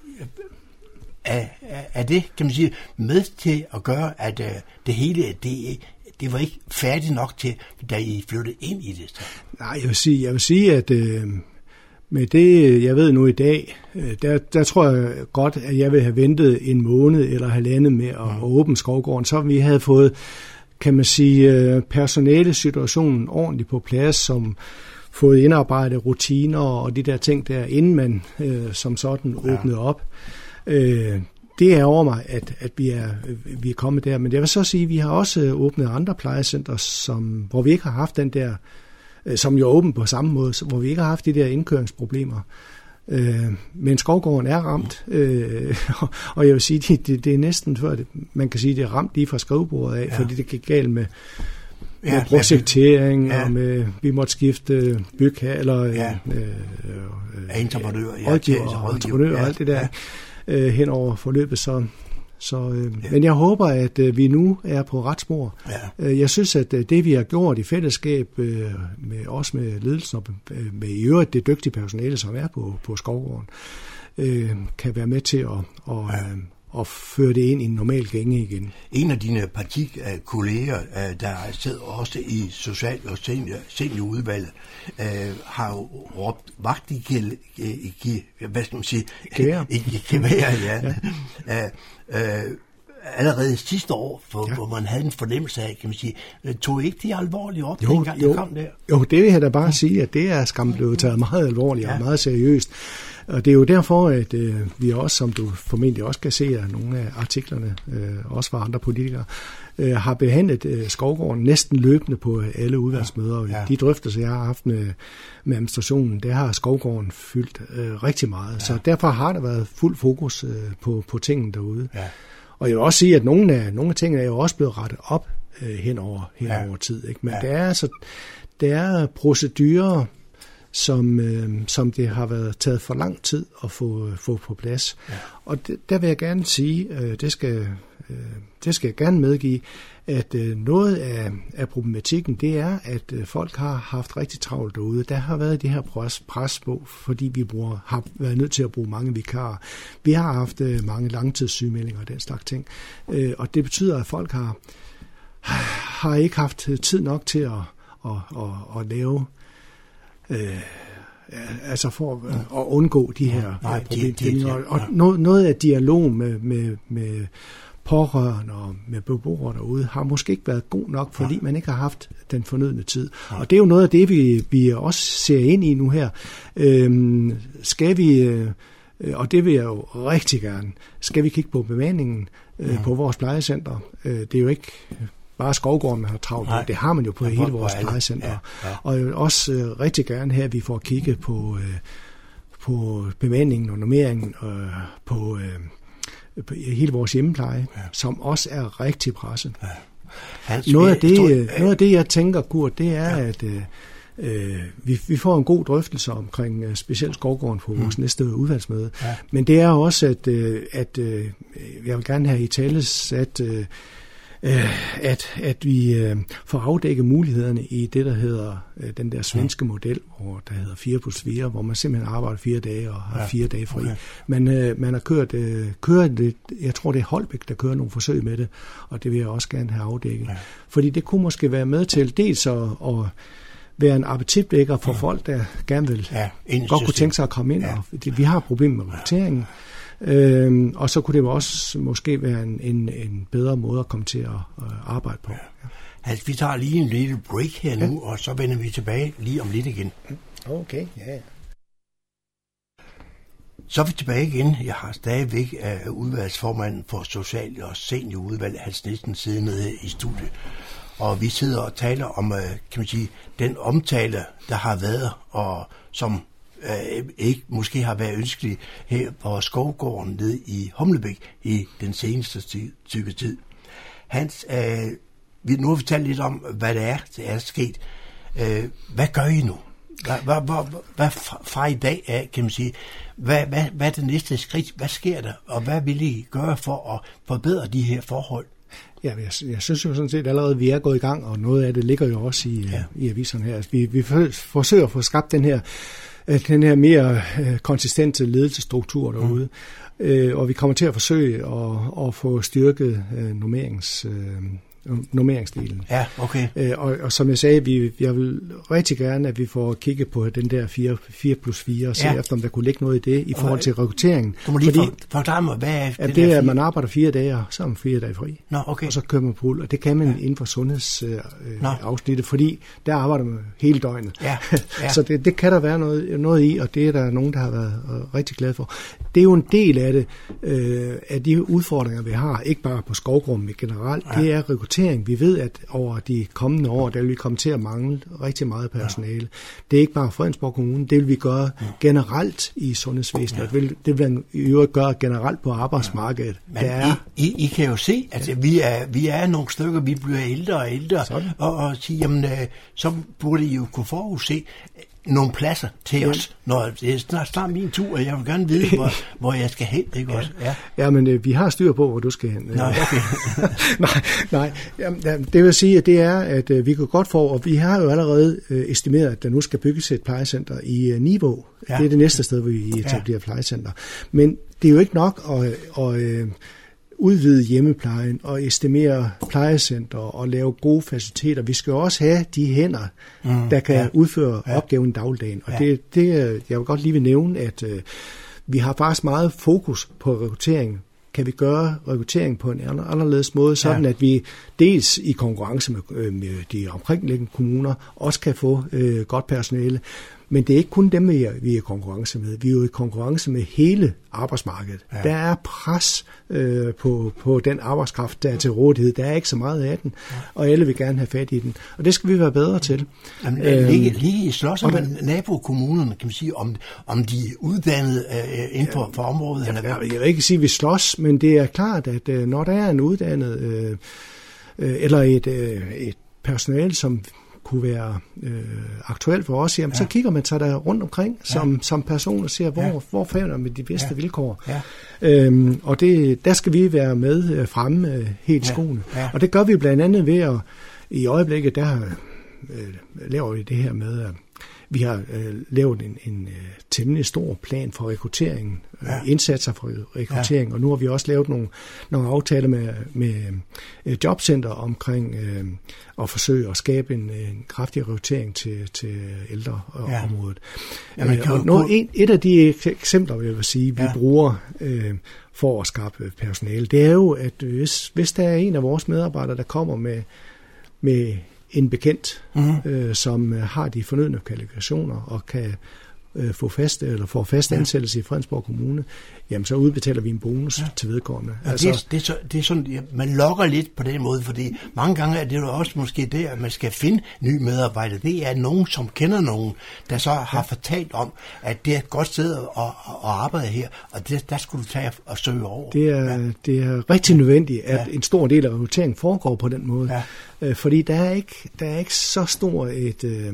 Speaker 4: er, er det, kan man sige, med til at gøre, at øh, det hele, det, det var ikke færdigt nok til, da I flyttede ind i det?
Speaker 8: Nej, jeg vil sige, jeg vil sige at øh, med det, jeg ved nu i dag, der, der tror jeg godt, at jeg vil have ventet en måned eller halvandet med at mm. åbne Skovgården, så vi havde fået, kan man sige, personalesituationen ordentligt på plads, som fået indarbejdet rutiner og de der ting der, inden man øh, som sådan åbnede ja. op. Øh, det er over mig, at, at vi, er, vi er kommet der. Men jeg vil så sige, at vi har også åbnet andre plejecenter, som, hvor vi ikke har haft den der, som jo er åben på samme måde, hvor vi ikke har haft de der indkøringsproblemer. Øh, men Skovgården er ramt, øh, og jeg vil sige, det, det, det er næsten før, det, man kan sige, det er ramt lige fra skrivebordet af, ja. fordi det gik galt med, med ja, projektering, ja. og med, vi måtte skifte bygge eller
Speaker 4: ja. øh,
Speaker 8: øh,
Speaker 4: entreprenør,
Speaker 8: ja, rådgiver og entreprenør ja. og alt det der ja. øh, hen over forløbet, så Så, øh, ja. Men jeg håber, at øh, vi nu er på ret spor. Ja. Jeg synes, at øh, det vi har gjort i fællesskab, øh, med, også med ledelsen og øh, med i øvrigt det dygtige personale, som er på, på Skovgården, øh, kan være med til at, og, ja. øh, og føre det ind i en normal gænge igen.
Speaker 4: En af dine partikolleger, der sidder også i Social- og Seniorudvalget, har jo råbt vagt i gevær, hvad skal man sige?
Speaker 8: Gevær.
Speaker 4: I gevær, ja. ja. Allerede sidste år, for, ja. hvor man havde en fornemmelse af, kan man sige, tog ikke det alvorligt op, jo, dengang
Speaker 8: jo,
Speaker 4: det kom der?
Speaker 8: Jo, det vil jeg da bare sige, at det er skam blevet taget meget alvorligt ja. og meget seriøst. Og det er jo derfor, at øh, vi også, som du formentlig også kan se af nogle af artiklerne, øh, også fra andre politikere, øh, har behandlet øh, Skovgården næsten løbende på alle udvalgsmøder. Ja. De drøftelser, jeg har haft med, med administrationen, det har Skovgården fyldt øh, rigtig meget. Ja. Så derfor har der været fuld fokus øh, på, på tingene derude. Ja. Og jeg vil også sige, at nogle af, nogle af tingene er jo også blevet rettet op øh, hen over, hen ja. over tid. Ikke? Men ja. det er altså det er procedurer, som, øh, som det har været taget for lang tid at få, få på plads. Ja. Og det, der vil jeg gerne sige, øh, det, skal, øh, det skal jeg gerne medgive, at øh, noget af, af problematikken, det er, at øh, folk har haft rigtig travlt derude. Der har været det her pres, pres på, fordi vi bruger, har været nødt til at bruge mange vikarer. Vi har haft øh, mange langtidssygemeldinger og den slags ting. Øh, og det betyder, at folk har, har ikke haft tid nok til at, at, at, at lave Øh, altså for at, at undgå de her ja, problemstillinger. Ja. Og noget, noget af dialog med, med, med pårørende og med beboere derude har måske ikke været god nok, fordi ja. man ikke har haft den fornødne tid. Ja. Og det er jo noget af det, vi, vi også ser ind i nu her. Øhm, skal vi, øh, og det vil jeg jo rigtig gerne, skal vi kigge på bemandingen øh, ja. på vores plejecenter? Øh, det er jo ikke bare Skovgården, man har travlt på. Det har man jo på ja, hele vores plejecenter. Ja, ja. Og jeg vil også øh, rigtig gerne have, at vi får kigget på, øh, på bemandingen og normeringen øh, på, øh, på hele vores hjemmepleje, ja. som også er rigtig presset. Ja. Hans, noget, af det, stod, øh, noget af det, jeg tænker, Kurt, det er, ja. at øh, øh, vi, vi får en god drøftelse omkring øh, specielt Skovgården på mm. vores næste udvalgsmøde. Ja. Men det er også, at, øh, at øh, jeg vil gerne have i tale sat øh, At, at vi øh, får afdækket mulighederne i det, der hedder øh, den der svenske model, hvor der hedder fire plus fire, hvor man simpelthen arbejder fire dage og har ja. fire dage fri. Okay. Men øh, man har kørt, øh, kørt det, jeg tror det er Holbæk, der kører nogle forsøg med det, og det vil jeg også gerne have afdækket. Ja. Fordi det kunne måske være med til dels at, at være en appetitvækker for ja. folk, der gerne vil ja, godt kunne tænke sig at komme ind. Ja. Og, vi har problemer med rekrutteringen. Øhm, og så kunne det også måske være en, en, en bedre måde at komme til at uh, arbejde på. Ja.
Speaker 4: Ja. Altså, vi tager lige en lille break her nu, ja. og så vender vi tilbage lige om lidt igen.
Speaker 8: Okay, ja.
Speaker 4: Så er vi tilbage igen. Jeg har stadigvæk uh, udvalgsformanden for Social- og Seniorudvalget, Hans Nielsen, siddende i studiet. Og vi sidder og taler om, uh, kan man sige, den omtale, der har været, og som Øh, ikke måske har været ønskelig her på Skovgården nede i Humlebæk i den seneste type tid. Hans, øh, vi nu har vi talt lidt om, hvad det er, det er sket. Øh, hvad gør I nu? Hvad, hvad, hvad, hvad fra, fra i dag af, kan man sige, hvad, hvad, hvad er det næste skridt? Hvad sker der? Og hvad vil I gøre for at forbedre de her forhold?
Speaker 8: Ja, jeg, jeg synes jo sådan set allerede, at vi er gået i gang, og noget af det ligger jo også i, ja. i aviserne her. Altså, vi, vi forsøger at få skabt den her den her mere øh, konsistente ledelsesstruktur derude. Mm. Øh, og vi kommer til at forsøge at, at få styrket øh, normerings, øh, normeringsdelen.
Speaker 4: Ja, okay.
Speaker 8: Øh, og, og som jeg sagde, vi, jeg vil rigtig gerne, at vi får kigget på den der fire plus fire og se ja. efter, om der kunne ligge noget i det i forhold til rekrutteringen.
Speaker 4: Du må lige fordi, forklare mig, hvad er
Speaker 8: det? Det er, at man arbejder fire dage, og så er man fire dage fri.
Speaker 4: Nå, okay.
Speaker 8: Og så kører man på uld, og det kan man ja. inden for sundhedsafsnittet, øh, fordi der arbejder man hele døgnet. Ja. Ja. Så det, det kan der være noget, noget i, og det er der nogen, der har været øh, rigtig glade for. Det er jo en del af det, øh, af de udfordringer, vi har, ikke bare på Skovgården, men generelt, ja. det er rekruttering. Vi ved, at over de kommende år, der vil vi komme til at mangle rigtig meget personale. Ja. Det er ikke bare Fredensborg Kommune, det vil vi gøre ja. generelt i sundhedsvæsenet. Ja. Det vil, det vil vi jo gøre generelt på arbejdsmarkedet.
Speaker 4: Ja. Men er, I, I, I kan jo se, at ja. vi, er, vi er nogle stykker, vi bliver ældre og ældre, og, og sige, jamen, så burde I jo kunne forudse nogle pladser til ja. os, når det er snart, snart min tur, og jeg vil gerne vide, hvor, hvor jeg skal hen, ikke
Speaker 8: ja.
Speaker 4: også?
Speaker 8: Ja, ja men øh, vi har styr på, hvor du skal hen.
Speaker 4: Nej, okay.
Speaker 8: nej, nej. Jamen, det vil sige, at det er, at øh, vi kan godt få, og vi har jo allerede øh, estimeret, at der nu skal bygges et plejecenter i øh, Niveau. Ja. Det er det næste sted, hvor vi etablerer ja. plejecenter. Men det er jo ikke nok at, at, at udvide hjemmeplejen og estimere plejecenter og lave gode faciliteter. Vi skal også have de hænder, mm, der kan ja. udføre ja. opgaven i dagligdagen. Og ja. det, det, jeg vil godt lige vil nævne, at øh, vi har faktisk meget fokus på rekruttering. Kan vi gøre rekruttering på en anderledes måde, sådan ja. at vi dels i konkurrence med, øh, med de omkringliggende kommuner også kan få øh, godt personale. Men det er ikke kun dem, vi er, vi er i konkurrence med. Vi er jo i konkurrence med hele arbejdsmarkedet. Ja. Der er pres øh, på, på den arbejdskraft, der er til rådighed. Der er ikke så meget af den, ja. og alle vil gerne have fat i den. Og det skal vi være bedre til.
Speaker 4: Jamen, øhm, lige, lige i slåsser med nabokommunerne, kan man sige, om, om de er uddannet øh, inden for, for området.
Speaker 8: Jeg, jeg, jeg vil ikke sige, at vi slås, men det er klart, at øh, når der er en uddannet, øh, øh, eller et, øh, et personale, som kunne være øh, aktuelt for os, jamen, ja. så kigger man sig der rundt omkring som, ja. som person og ser, hvor, ja. hvor finder man de bedste ja. vilkår. Ja. Øhm, og det, der skal vi være med øh, fremme øh, helt i ja. skoene. Ja. Og det gør vi blandt andet ved at, i øjeblikket, der øh, laver vi det her med, at vi har øh, lavet en, en øh, temmelig stor plan for rekruttering, øh, ja. indsatser for rekruttering, ja. og nu har vi også lavet nogle, nogle aftaler med, med øh, jobcenter omkring øh, at forsøge at skabe en, en kraftig rekruttering til, til ældreområdet. Ja. Ja, øh, og en, et af de eksempler, jeg vil sige, vi ja. bruger øh, for at skaffe personale, det er jo, at hvis, hvis der er en af vores medarbejdere, der kommer med, med en bekendt, mm-hmm. øh, som har de fornødne kvalifikationer og kan øh, få fast eller få fast ansættelse ja. i Fredensborg Kommune, jamen så udbetaler vi en bonus ja. til vedkommende.
Speaker 4: Ja, altså, det, er, det, er så, det er sådan, ja, man lokker lidt på den måde, fordi mange gange er det jo også måske det, at man skal finde nye medarbejdere. Det er nogen, som kender nogen, der så har ja. fortalt om, at det er et godt sted at, at, at arbejde her, og det, der skulle du tage og søge over.
Speaker 8: Det er, ja. det er rigtig nødvendigt, at ja. en stor del af rekrutteringen foregår på den måde. Ja. Øh, fordi der er, ikke, der er ikke så stor et... Øh,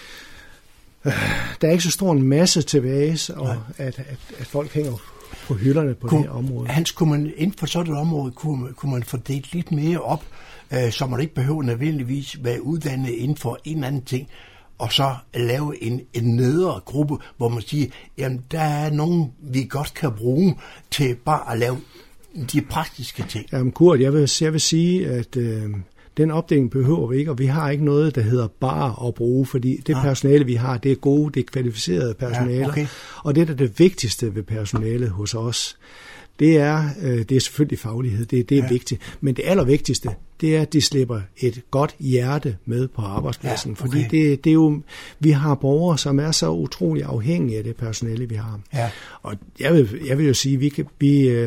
Speaker 8: Der er ikke så stor en masse tilbage, og at, at, at folk hænger på hylderne på kunne, det her område.
Speaker 4: Hans, kunne man inden for sådan et område, kunne, kunne man fordele lidt mere op, øh, så man ikke behøver nødvendigvis være uddannet inden for en eller anden ting, og så lave en, en nedre gruppe, hvor man siger, jamen der er nogen, vi godt kan bruge til bare at lave de praktiske ting.
Speaker 8: Jamen Kurt, jeg vil, jeg vil sige, at... Øh, den opdeling behøver vi ikke, og vi har ikke noget, der hedder bare at bruge, fordi det personale, vi har, det er gode, det er kvalificerede personaler, ja, okay. og det, der er det vigtigste ved personalet hos os, det er, øh, det er selvfølgelig faglighed, det, det er ja. vigtigt, men det allervigtigste, det er, at de slipper et godt hjerte med på arbejdspladsen, ja, okay. fordi det, det er jo, vi har borgere, som er så utrolig afhængige af det personale, vi har. Ja. Og jeg vil, jeg vil jo sige, vi kan, vi, øh,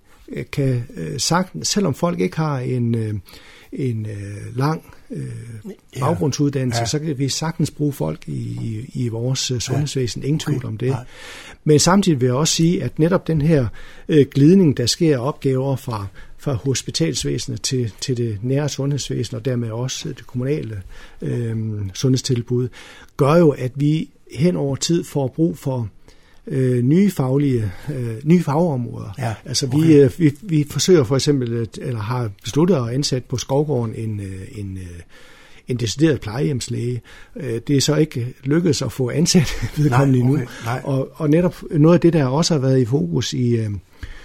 Speaker 8: kan øh, sagtens, selvom folk ikke har en... Øh, en øh, lang øh, baggrundsuddannelse, ja. så kan vi sagtens bruge folk i, i, i vores øh, sundhedsvæsen, ingen tvivl okay. om det. Nej. Men samtidig vil jeg også sige, at netop den her øh, glidning, der sker opgaver fra, fra hospitalsvæsenet til, til det nære sundhedsvæsen, og dermed også det kommunale øh, sundhedstilbud, gør jo, at vi hen over tid får brug for Øh, nye faglige, øh, nye fagområder. Ja, altså okay. vi, øh, vi, vi forsøger for eksempel, eller har besluttet at ansætte på Skovgården en, øh, en, øh, en decideret plejehjemslæge. Øh, det er så ikke lykkedes at få ansat vedkommende endnu. Okay, og, og netop noget af det, der også har været i fokus i, øh,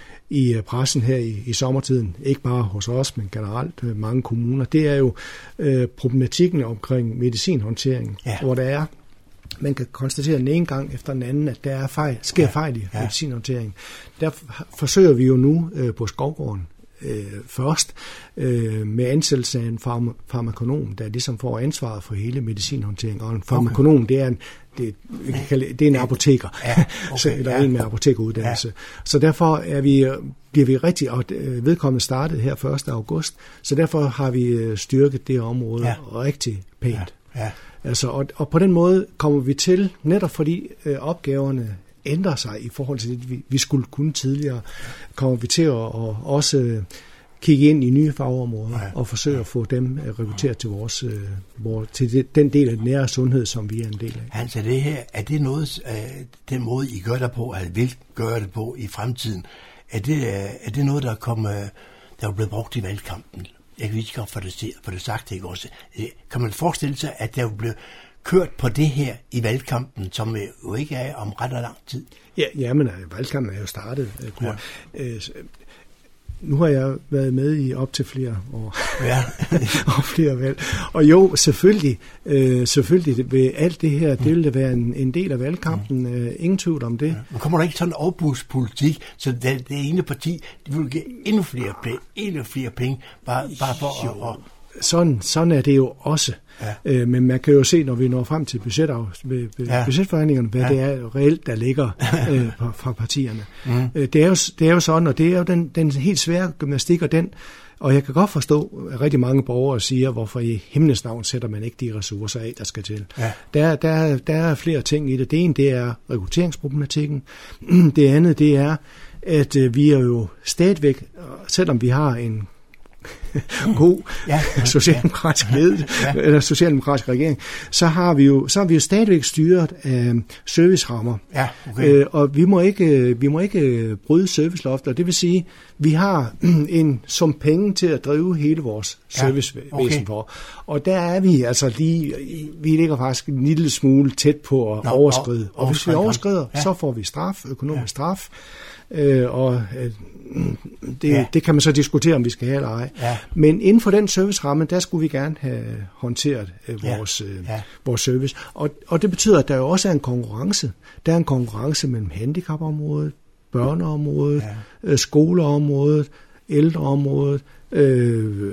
Speaker 8: i pressen her i, i sommertiden, ikke bare hos os, men generelt øh, mange kommuner, det er jo øh, problematikken omkring medicinhåndtering, ja. hvor der er man kan konstatere den ene gang efter den anden, at der er fejl, sker ja, fejl i ja. medicinhåndtering. Der forsøger vi jo nu øh, på Skovgården øh, først øh, med ansættelse af en farm- farmakonom, der ligesom får ansvaret for hele medicinhåndtering. Og en farmakonom, okay. det er en, det, vi kan kalde, det er en apoteker, ja, okay, så, eller ja. en med apotekeruddannelse. Ja. Så derfor er vi, bliver vi rigtig, og vedkommende startede her første august, så derfor har vi styrket det område ja. rigtig pænt. Ja. Ja. Altså, og, og på den måde kommer vi til, netop fordi øh, opgaverne ændrer sig i forhold til det, vi, vi skulle kunne tidligere, kommer vi til at og også øh, kigge ind i nye fagområder ja. og forsøge at få dem øh, rekrutteret til vores, øh, vores til det, den del af den nære sundhed, som vi er en del af.
Speaker 4: Hans, er det her, er det noget, øh, den måde, I gør det på, eller vil gøre det på i fremtiden, er det, øh, er det noget, der, kom, øh, der er blevet brugt i valgkampen? Jeg kan ikke godt få det, for det sagt, ikke også. Kan man forestille sig, at der blev kørt på det her i valgkampen, som jo ikke er om ret og lang tid?
Speaker 8: Ja, ja men valgkampen er jo startet. Ja. nu har jeg været med i op til flere år,
Speaker 4: ja.
Speaker 8: og flere valg. Og jo, selvfølgelig, øh, selvfølgelig ved alt det her, det ville være en, en del af valgkampen, øh, ingen tvivl om det.
Speaker 4: Ja. Men kommer der ikke sådan en overbudspolitik, så det, det ene parti, de vil give endnu flere penge, endnu flere penge, bare, bare for at... Og...
Speaker 8: Sådan, sådan er det jo også. Ja. Øh, men man kan jo se, når vi når frem til ja. budgetforhandlingerne, hvad ja. det er reelt, der ligger øh, fra partierne. Mm. Øh, det, er jo, det er jo sådan, og det er jo den, den helt svære gymnastik, og den, og jeg kan godt forstå, at rigtig mange borgere siger, hvorfor i himlens navn sætter man ikke de ressourcer af, der skal til. Ja. Der, der, der er flere ting i det. Det ene, det er rekrutteringsproblematikken. Det andet, det er, at øh, vi er jo stadigvæk, selvom vi har en god ja, ja, socialdemokratisk ledet ja. eller socialdemokratisk regering, så har vi jo så har vi jo stadigvæk styret af servicerammer. Ja, okay. øh, og vi må ikke vi må ikke bryde servicelofter. Det vil sige, vi har en sum penge til at drive hele vores servicevæsen ja, okay. for. Og der er vi altså lige vi ligger faktisk en lille smule tæt på at Nå, overskride. Og, og hvis vi overskrider, ja. så får vi straf, økonomisk ja. straf. Øh, og øh, det, ja. det kan man så diskutere, om vi skal have eller ej. Ja. Men inden for den serviceramme, der skulle vi gerne have håndteret øh, vores, øh, ja. vores service. Og, og det betyder, at der jo også er en konkurrence. Der er en konkurrence mellem handicapområdet, børneområdet, ja. øh, skoleområdet, ældreområdet, øh,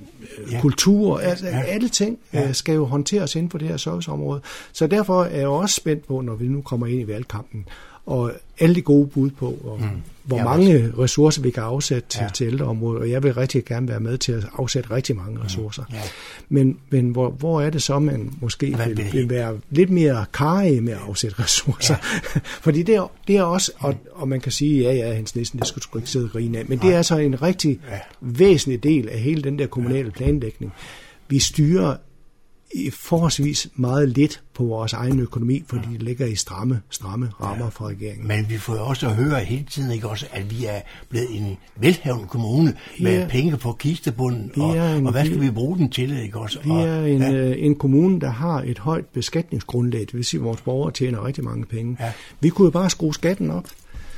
Speaker 8: ja. kultur, altså ja. alle ting ja. øh, skal jo håndteres inden for det her serviceområde. Så derfor er jeg også spændt på, når vi nu kommer ind i valgkampen, og alle de gode bud på, og mm. hvor ja, mange også. ressourcer vi kan afsætte til, ja. til ældreområdet, og jeg vil rigtig gerne være med til at afsætte rigtig mange ressourcer. Mm. Ja. Men, men hvor, hvor er det så, man måske vil, vil være lidt mere karrig med at afsætte ressourcer? Ja. Fordi det er, det er også, og, og man kan sige, ja, ja, Hans Nielsen, det skulle du ikke sidde og grine af, men det er altså en rigtig ja. væsentlig del af hele den der kommunale planlægning. Vi styrer i forholdsvis meget lidt på vores egen økonomi, fordi det ligger i stramme, stramme rammer ja. fra regeringen.
Speaker 4: Men vi får jo også at høre hele tiden, ikke også, at vi er blevet en velhavende kommune med ja. penge på kistebunden, og, en, og hvad skal vi bruge den til, ikke også?
Speaker 8: Vi er en, ja. en kommune, der har et højt beskatningsgrundlag, det vil sige, at vores borgere tjener rigtig mange penge. Ja. Vi kunne jo bare skrue skatten op.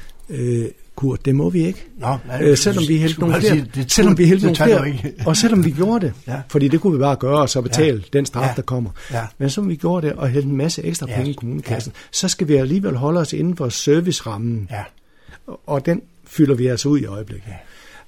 Speaker 8: Øh, Kurt, det må vi ikke. Nå, nej, øh, selvom vi hældte nogle flere, det, det, selvom vi hældte nogle flere, og selvom vi gjorde det, ja. fordi det kunne vi bare gøre, og så betale ja. den straf, ja. der kommer. Ja. Men selvom vi gjorde det, og hældte en masse ekstra ja. penge i kommunekassen, ja. så skal vi alligevel holde os inden for servicerammen, ja. og den fylder vi altså ud i øjeblikket. Ja.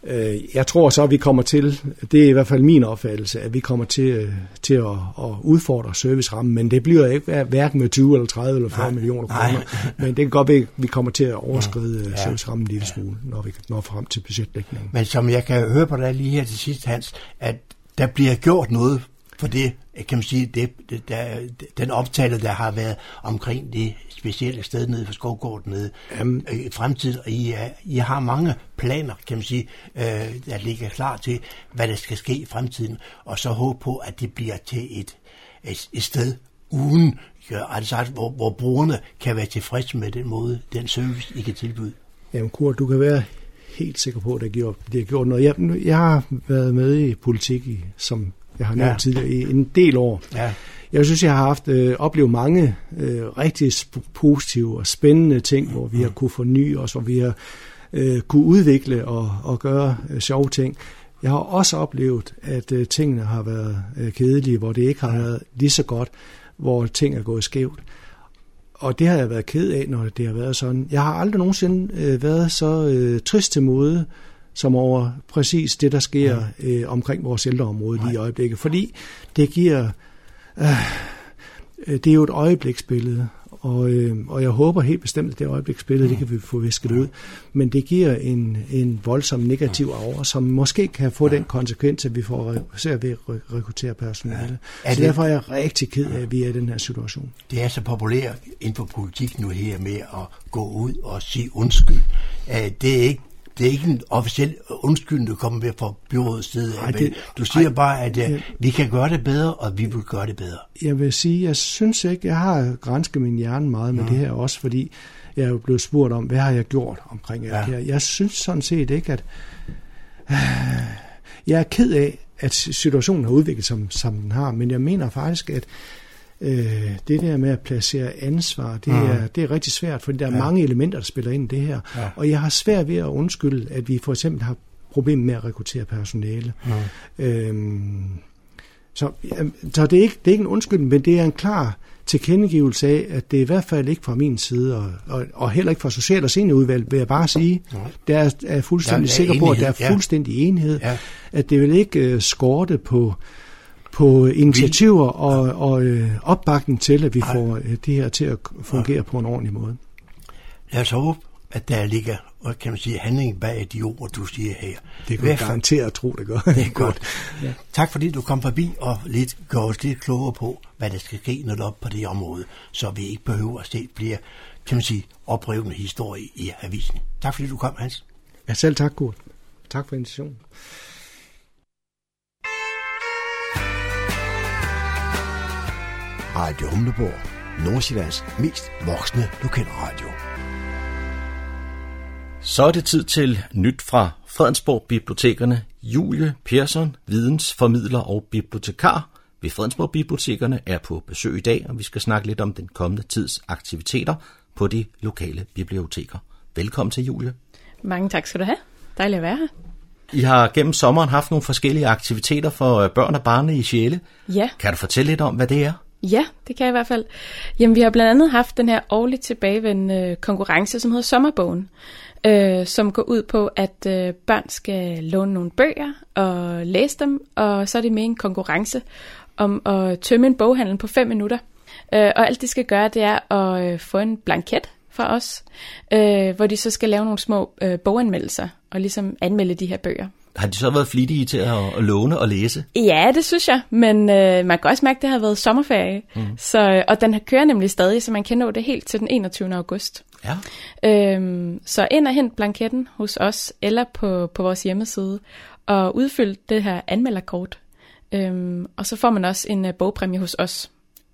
Speaker 8: Jeg tror så, at vi kommer til, det er i hvert fald min opfattelse, at vi kommer til, til at, at udfordre servicerammen, men det bliver ikke hverken med tyve eller tredive eller fyrre millioner kroner, men det kan godt være, at vi kommer til at overskride ja. servicerammen en lille smule, når vi når frem til budgetdækningen.
Speaker 4: Men som jeg kan høre på dig lige her til sidst, Hans, at der bliver gjort noget for det, kan man sige, det, det, der, den optale, der har været omkring det specielle sted nede for Skovgården nede Jamen. i fremtiden, og I, I har mange planer, kan man sige, øh, der ligger klar til, hvad der skal ske i fremtiden, og så håbe på, at det bliver til et, et, et sted uden, altså, hvor, hvor brugerne kan være tilfredse med den måde, den service, I kan tilbyde.
Speaker 8: Jamen Kurt, du kan være helt sikker på, at det har gjort, gjort noget. Jeg, jeg har været med i politik, i, som jeg har nævnt ja. tidligere, i en del år. Ja. Jeg synes, jeg har haft øh, oplevet mange øh, rigtig positive og spændende ting, hvor vi har kunne forny os, hvor vi har øh, kunne udvikle og, og gøre øh, sjove ting. Jeg har også oplevet, at øh, tingene har været øh, kedelige, hvor det ikke har været lige så godt, hvor ting er gået skævt. Og det har jeg været ked af, når det har været sådan. Jeg har aldrig nogensinde øh, været så øh, trist til mode, som over præcis det, der sker øh, omkring vores ældreområde lige i øjeblikket. Fordi det giver... Øh, det er jo et øjebliksbillede, og, øh, og jeg håber helt bestemt, at det øjebliksbillede, det kan vi få visket ud. Men det giver en, en voldsom negativ aura, som måske kan få den konsekvens, at vi får ser ved at rekruttere personale. Ja. Så det, derfor er jeg rigtig ked af, at vi er i den her situation.
Speaker 4: Det er så populært inden for politik nu her med at gå ud og sige undskyld. Det er ikke Det er ikke en officiel undskyldning, du kommer med fra byrådets side. Ej, det, du siger ej, bare, at ja, vi kan gøre det bedre, og vi vil gøre det bedre.
Speaker 8: Jeg vil sige, jeg synes ikke, jeg har gransket min hjerne meget med mm. det her også, fordi jeg er jo blevet spurgt om, hvad har jeg gjort omkring ja. det her. Jeg synes sådan set ikke, at... Øh, jeg er ked af, at situationen har udviklet sig, som den har, men jeg mener faktisk, at Øh, det der med at placere ansvar, det, mm. er, det er rigtig svært, fordi der er ja. mange elementer, der spiller ind i det her. Ja. Og jeg har svært ved at undskylde, at vi for eksempel har problemer med at rekruttere personale. Mm. Øhm, så så det, er ikke, det er ikke en undskyldning, men det er en klar tilkendegivelse af, at det er i hvert fald ikke fra min side, og, og, og heller ikke fra Social- og Seniorudvalget, vil jeg bare sige. Mm. Der er, er fuldstændig der er sikker på, at der er fuldstændig ja. enighed, ja. at det vil ikke uh, skorte på på initiativer og, og øh, opbakning til, at vi Ej. får øh, det her til at fungere ja. på en ordentlig måde.
Speaker 4: Lad os håbe, at der ligger, og kan man sige, handling bag de ord, du siger her.
Speaker 8: Det kan jeg garantere at tro, det gør.
Speaker 4: Det er godt. Ja. Tak fordi du kom forbi og lidt, gør os lidt klogere på, hvad der skal ske noget op på det område, så vi ikke behøver at se flere, kan man sige, oprivende historie i avisen. Tak fordi du kom, Hans.
Speaker 8: Ja, selv tak, Kurt. Tak for invitationen.
Speaker 4: Radio Humleborg, Nordsjællands mest voksne lokalradio.
Speaker 5: Så er det tid til nyt fra Fredensborg Bibliotekerne. Julie Persson, vidensformidler og bibliotekar ved Fredensborg Bibliotekerne, er på besøg i dag, og vi skal snakke lidt om den kommende tids aktiviteter på de lokale biblioteker. Velkommen til, Julie.
Speaker 9: Mange tak skal du have. Dejligt at være her.
Speaker 5: I har gennem sommeren haft nogle forskellige aktiviteter for børn og barne i Sjæle.
Speaker 9: Ja.
Speaker 5: Kan du fortælle lidt om, hvad det er?
Speaker 9: Ja, det kan jeg i hvert fald. Jamen, vi har blandt andet haft den her årligt tilbagevendende konkurrence, som hedder Sommerbogen, øh, som går ud på, at øh, børn skal låne nogle bøger og læse dem, og så er det med en konkurrence om at tømme en boghandel på fem minutter. Øh, og alt de skal gøre, det er at øh, få en blanket fra os, øh, hvor de så skal lave nogle små øh, boganmeldelser og ligesom anmelde de her bøger.
Speaker 5: Har de så været flittige til at, at låne og læse?
Speaker 9: Ja, det synes jeg, men øh, man kan også mærke, at det har været sommerferie, mm. så, og den kører nemlig stadig, så man kan nå det helt til den enogtyvende august.
Speaker 5: Ja.
Speaker 9: Øhm, så ind og hent blanketten hos os, eller på, på vores hjemmeside, og udfyld det her anmelderkort, øhm, og så får man også en uh, bogpræmie hos os.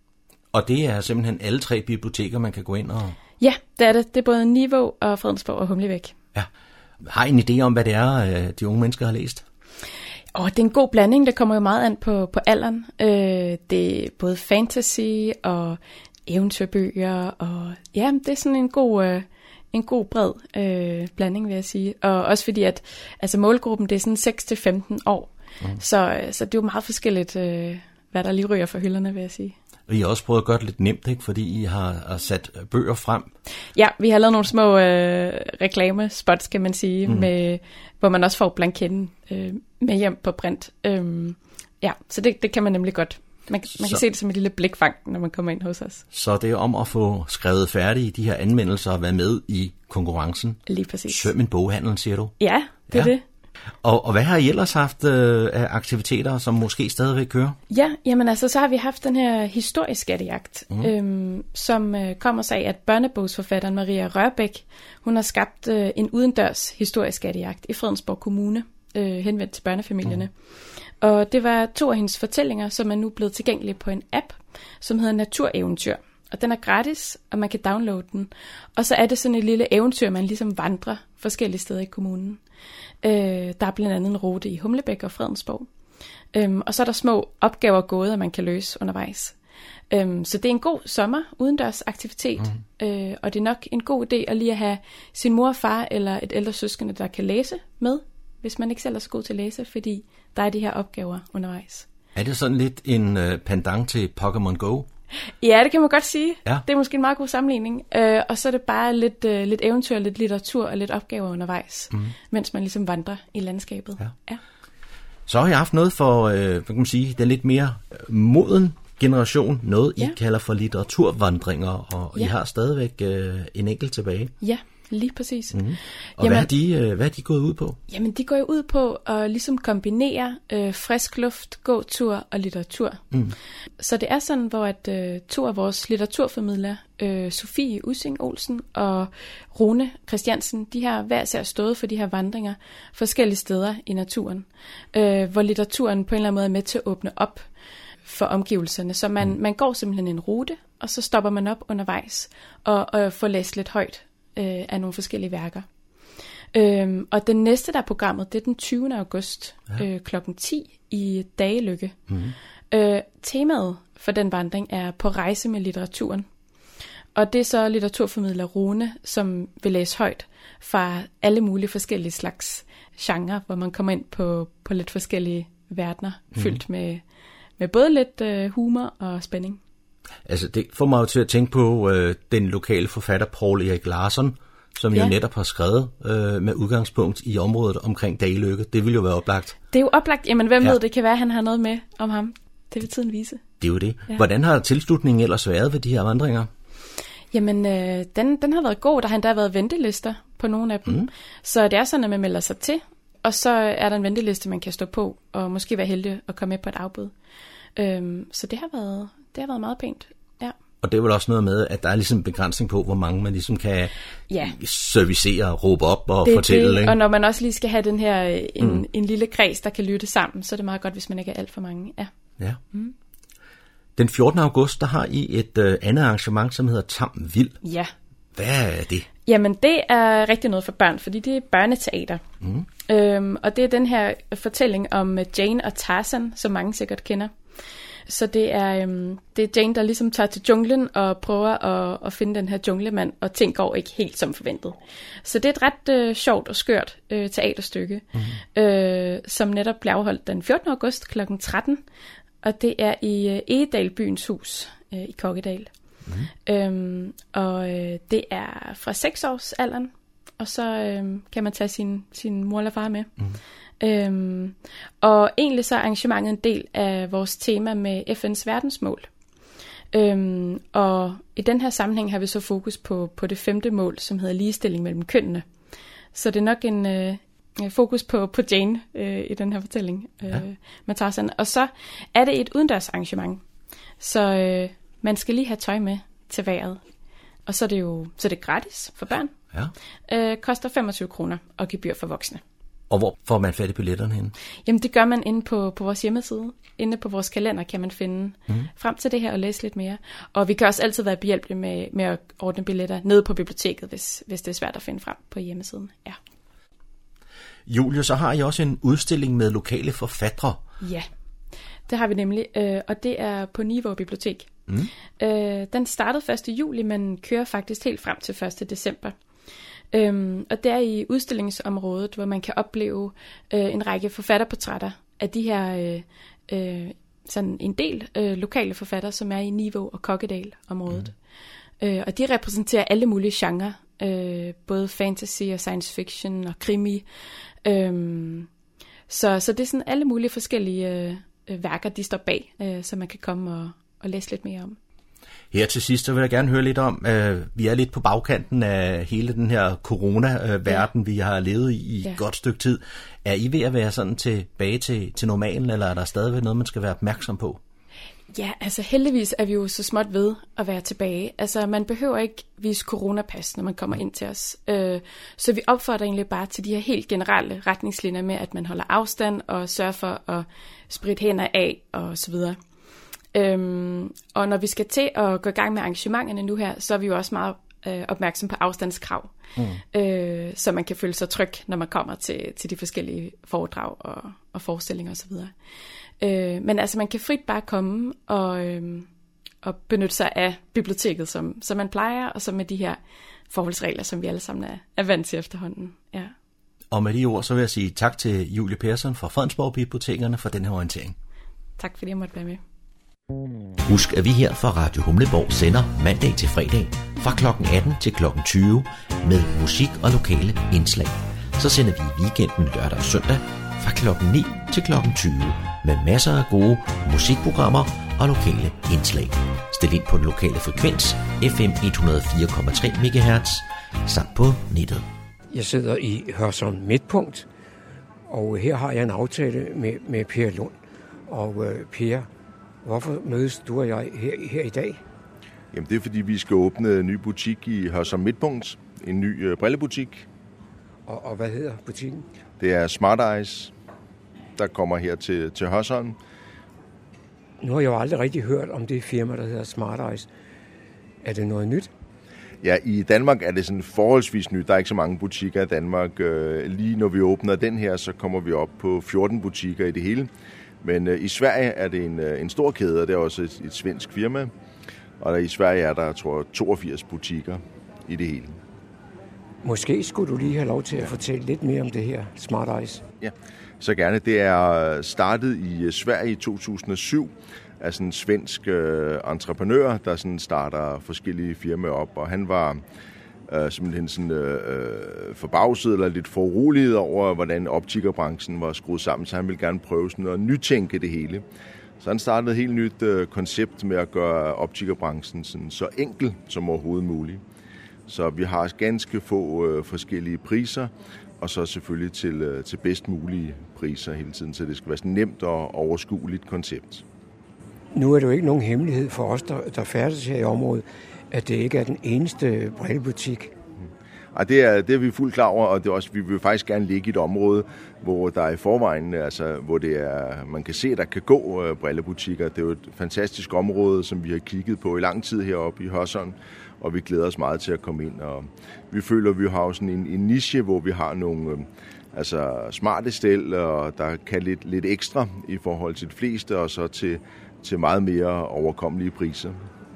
Speaker 5: Og det er simpelthen alle tre biblioteker, man kan gå ind og...
Speaker 9: Ja, det er det. Det er både Nivå og Fredensborg og Humlebæk.
Speaker 5: Ja. Har I en idé om, hvad det er, de unge mennesker har læst?
Speaker 9: Åh, det er en god blanding. Det kommer jo meget an på, på alderen. Øh, det er både fantasy og eventyrbøger, og ja, det er sådan en god, øh, en god bred øh, blanding, vil jeg sige. Og også fordi, at altså målgruppen, det er sådan seks til femten år. Mm. Så, så det er jo meget forskelligt, øh, hvad der lige ryger for hylderne, vil jeg sige.
Speaker 5: Og I har også prøvet at gøre det lidt nemt, ikke? Fordi I har, har sat bøger frem.
Speaker 9: Ja, vi har lavet nogle små øh, reklamespots, kan man sige, mm. med, hvor man også får blanketten øh, med hjem på print. Øhm, ja, så det, det kan man nemlig godt. Man, man kan se det som et lille blikfang, når man kommer ind hos os.
Speaker 5: Så det er om at få skrevet færdigt de her anmeldelser og være med i konkurrencen.
Speaker 9: Lige præcis.
Speaker 5: Søm en boghandel, siger du?
Speaker 9: Ja, det er ja. det.
Speaker 5: Og, og hvad har I ellers haft øh, af aktiviteter, som måske stadigvæk kører?
Speaker 9: Ja, jamen altså, så har vi haft den her historisk skattejagt, mm. øhm, som øh, kommer sig af, at børnebogsforfatteren Maria Rørbæk, hun har skabt øh, en udendørs historisk skattejagt i Fredensborg Kommune, øh, henvendt til børnefamilierne. Mm. Og det var to af hendes fortællinger, som er nu blevet tilgængelige på en app, som hedder Natureventyr. Og den er gratis, og man kan downloade den. Og så er det sådan et lille eventyr, man ligesom vandrer forskellige steder i kommunen. Øh, der er blandt andet en rute i Humlebæk og Fredensborg. Øhm, og så er der små opgaver og gåder, man kan løse undervejs. Øhm, så det er en god sommer udendørs aktivitet. Mm. Øh, og det er nok en god idé at lige at have sin mor og far eller et ældre søskende, der kan læse med, hvis man ikke selv er så god til at læse, fordi der er de her opgaver undervejs.
Speaker 5: Er det sådan lidt en øh, pendant til Pokémon Go?
Speaker 9: Ja, det kan man godt sige.
Speaker 5: Ja.
Speaker 9: Det er måske en meget god sammenligning. Øh, og så er det bare lidt, øh, lidt eventyr, lidt litteratur og lidt opgaver undervejs, mm. mens man ligesom vandrer i landskabet.
Speaker 5: Ja.
Speaker 9: Ja.
Speaker 5: Så har jeg haft noget for, øh, hvad kan man sige, den lidt mere moden generation, noget ja. I kalder for litteraturvandringer, og ja. I har stadigvæk øh, en enkelt tilbage.
Speaker 9: Ja, lige præcis.
Speaker 5: Mm. Og jamen, hvad, er de, øh, hvad er de gået ud på?
Speaker 9: Jamen, de går jo ud på at ligesom kombinere øh, frisk luft, gåtur og litteratur. Mm. Så det er sådan, hvor at øh, to af vores litteraturformidlere, øh, Sofie Ussing Olsen og Rune Christiansen, de har hver sær stået for de her vandringer forskellige steder i naturen, øh, hvor litteraturen på en eller anden måde er med til at åbne op for omgivelserne. Så man, mm. man går simpelthen en rute, og så stopper man op undervejs og, og får læst lidt højt øh, af nogle forskellige værker. Øhm, og den næste, der er programmet, det er den tyvende august ja. øh, klokken ti i Dagelykke. Mm. Øh, temaet for den vandring er på rejse med litteraturen. Og det er så litteraturformidler Rune, som vil læse højt fra alle mulige forskellige slags genrer, hvor man kommer ind på, på lidt forskellige verdener, mm. fyldt med, med både lidt øh, humor og spænding.
Speaker 5: Altså det får mig jo til at tænke på øh, den lokale forfatter Poul Erik Larsson, som ja. jo netop har skrevet øh, med udgangspunkt i området omkring Dageløkke. Det vil jo være oplagt.
Speaker 9: Det er jo oplagt. Jamen hvem ja. ved, det kan være, at han har noget med om ham. Det vil tiden vise.
Speaker 5: Det er jo det.
Speaker 9: Ja.
Speaker 5: Hvordan har tilslutningen ellers været ved de her vandringer?
Speaker 9: Jamen, øh, den, den har været god. Der har endda været ventelister på nogle af dem. Mm. Så det er sådan, at man melder sig til, og så er der en venteliste, man kan stå på, og måske være heldig at komme med på et afbud. Øhm, så det har været, det har været meget pænt. Ja.
Speaker 5: Og det er vel også noget med, at der er ligesom en begrænsning på, hvor mange man ligesom kan
Speaker 9: ja.
Speaker 5: servicere, råbe op og
Speaker 9: det
Speaker 5: fortælle.
Speaker 9: Det.
Speaker 5: Ikke?
Speaker 9: Og når man også lige skal have den her en, mm. en lille kreds, der kan lytte sammen, så er det meget godt, hvis man ikke er alt for mange. Ja.
Speaker 5: ja. Mm. Den fjortende august, der har I et øh, andet arrangement, som hedder Tam Vild.
Speaker 9: Ja.
Speaker 5: Hvad er det?
Speaker 9: Jamen, det er rigtig noget for børn, fordi det er børneteater. Mm. Øhm, og det er den her fortælling om Jane og Tarzan, som mange sikkert kender. Så det er, øhm, det er Jane, der ligesom tager til junglen og prøver at, at finde den her junglemand, og ting går ikke helt som forventet. Så det er et ret øh, sjovt og skørt øh, teaterstykke, mm. øh, som netop bliver afholdt den fjortende august klokken tretten. Og det er i øh, Egedal Byens Hus øh, i Kokkedal. Mm. Øhm, og øh, det er fra seks års alderen, og så øh, kan man tage sin, sin mor eller far med. Mm. Øhm, og egentlig så er arrangementet en del af vores tema med F N's verdensmål. Øhm, og i den her sammenhæng har vi så fokus på, på det femte mål, som hedder ligestilling mellem kønnene. Så det er nok en øh, fokus på, på Jane øh, i den her fortælling øh, ja. med Tarzan. Og så er det et udendørs arrangement, så øh, man skal lige have tøj med til vejret. Og så er det jo så er det gratis for børn. Ja. Øh, koster femogtyve kroner og gebyr for voksne.
Speaker 5: Og hvor får man fat i billetterne henne?
Speaker 9: Jamen det gør man inde på, på vores hjemmeside. Inde på vores kalender kan man finde mm. frem til det her og læse lidt mere. Og vi kan også altid være behjælpelige med, med at ordne billetter nede på biblioteket, hvis, hvis det er svært at finde frem på hjemmesiden. Ja.
Speaker 5: Julie, så har I også en udstilling med lokale forfattere.
Speaker 9: Ja, det har vi nemlig, øh, og det er på Nivå Bibliotek. Mm. Øh, den startede første juli, men kører faktisk helt frem til første december. Øhm, og det er i udstillingsområdet, hvor man kan opleve øh, en række forfatterportrætter af de her øh, øh, sådan en del øh, lokale forfattere, som er i Nivå og Kokkedal-området. Mm. Øh, og de repræsenterer alle mulige genrer, øh, både fantasy og science fiction og krimi. Øhm, så, så det er sådan alle mulige forskellige øh, værker, de står bag, øh, så man kan komme og, og læse lidt mere om.
Speaker 5: Her til sidst, så vil jeg gerne høre lidt om, øh, vi er lidt på bagkanten af hele den her corona-verden, ja. vi har levet i i ja. et godt stykke tid. Er I ved at være sådan tilbage til, til normalen, eller er der stadigvæk noget, man skal være opmærksom på?
Speaker 9: Ja, altså heldigvis er vi jo så småt ved at være tilbage. Altså man behøver ikke vise coronapas, når man kommer ind til os. Øh, så vi opfordrer egentlig bare til de her helt generelle retningslinjer med, at man holder afstand og sørger for at spritte hænder af og så videre. Øhm, og når vi skal til at gå i gang med arrangementerne nu her, så er vi jo også meget øh, opmærksom på afstandskrav, mm. øh, så man kan føle sig tryg, når man kommer til, til de forskellige foredrag og, og forestillinger osv. Øh, men altså man kan frit bare komme og, øh, og benytte sig af biblioteket, som, som man plejer, og så med de her forholdsregler, som vi alle sammen er, er vant til efterhånden. Ja.
Speaker 5: Og med de ord, så vil jeg sige tak til Julie Persson fra Fredensborg Bibliotekerne for den her orientering.
Speaker 9: Tak fordi jeg måtte være med.
Speaker 1: Husk, at vi her fra Radio Humleborg sender mandag til fredag fra klokken atten til klokken tyve med musik og lokale indslag. Så sender vi weekenden lørdag og søndag fra klokken ni til klokken tyve med masser af gode musikprogrammer og lokale indslag. Stil ind på den lokale frekvens F M et hundrede og fire komma tre megahertz samt på nettet.
Speaker 6: Jeg sidder i Hørsholm Midtpunkt, og her har jeg en aftale med, med Per Lund. Og øh, Per, hvorfor mødes du og jeg her, her i dag?
Speaker 10: Jamen det er fordi vi skal åbne en ny butik i Hørsholm Midtpunkt. En ny øh, brillebutik.
Speaker 6: Og, og hvad hedder butikken?
Speaker 10: Det er Smart Eyes, der kommer her til, til Hørsholm.
Speaker 6: Nu har jeg jo aldrig rigtig hørt om det firma, der hedder Smart Eyes. Er det noget nyt?
Speaker 10: Ja, i Danmark er det sådan forholdsvis nyt. Der er ikke så mange butikker i Danmark. Lige når vi åbner den her, så kommer vi op på fjorten butikker i det hele. Men øh, i Sverige er det en, en stor kæde, og det er også et, et svensk firma. Og i Sverige er der, tror jeg, toogfirs butikker i det hele.
Speaker 6: Måske skulle du lige have lov til at fortælle lidt mere om det her Smart Ice.
Speaker 10: Ja, så gerne. Det er startet i Sverige i to tusind og syv af sådan en svensk øh, entreprenør, der sådan starter forskellige firmaer op, og han var øh, simpelthen sådan, øh, forbavset eller lidt foruroliget over, hvordan optikerbranchen var skruet sammen, så han ville gerne prøve sådan at nytænke det hele. Så han startede et helt nyt øh, koncept med at gøre optikerbranchen sådan så enkel som overhovedet muligt. Så vi har ganske få øh, forskellige priser, og så selvfølgelig til, øh, til bedst mulige priser hele tiden, så det skal være sådan nemt og overskueligt koncept.
Speaker 6: Nu er det jo ikke nogen hemmelighed for os, der, der færdes her i området, at det ikke er den eneste brillebutik.
Speaker 10: Ja, det, er, det er vi fuldt klar over, og det er også, vi vil faktisk gerne ligge i et område, hvor der er i forvejen, altså, hvor det er, man kan se, at der kan gå uh, brillebutikker. Det er jo et fantastisk område, som vi har kigget på i lang tid heroppe i Hørsholm, og vi glæder os meget til at komme ind. Og vi føler, at vi har sådan en, en niche, hvor vi har nogle uh, altså, smarte stel, og der kan lidt, lidt ekstra i forhold til de fleste, og så til, til meget mere overkommelige priser.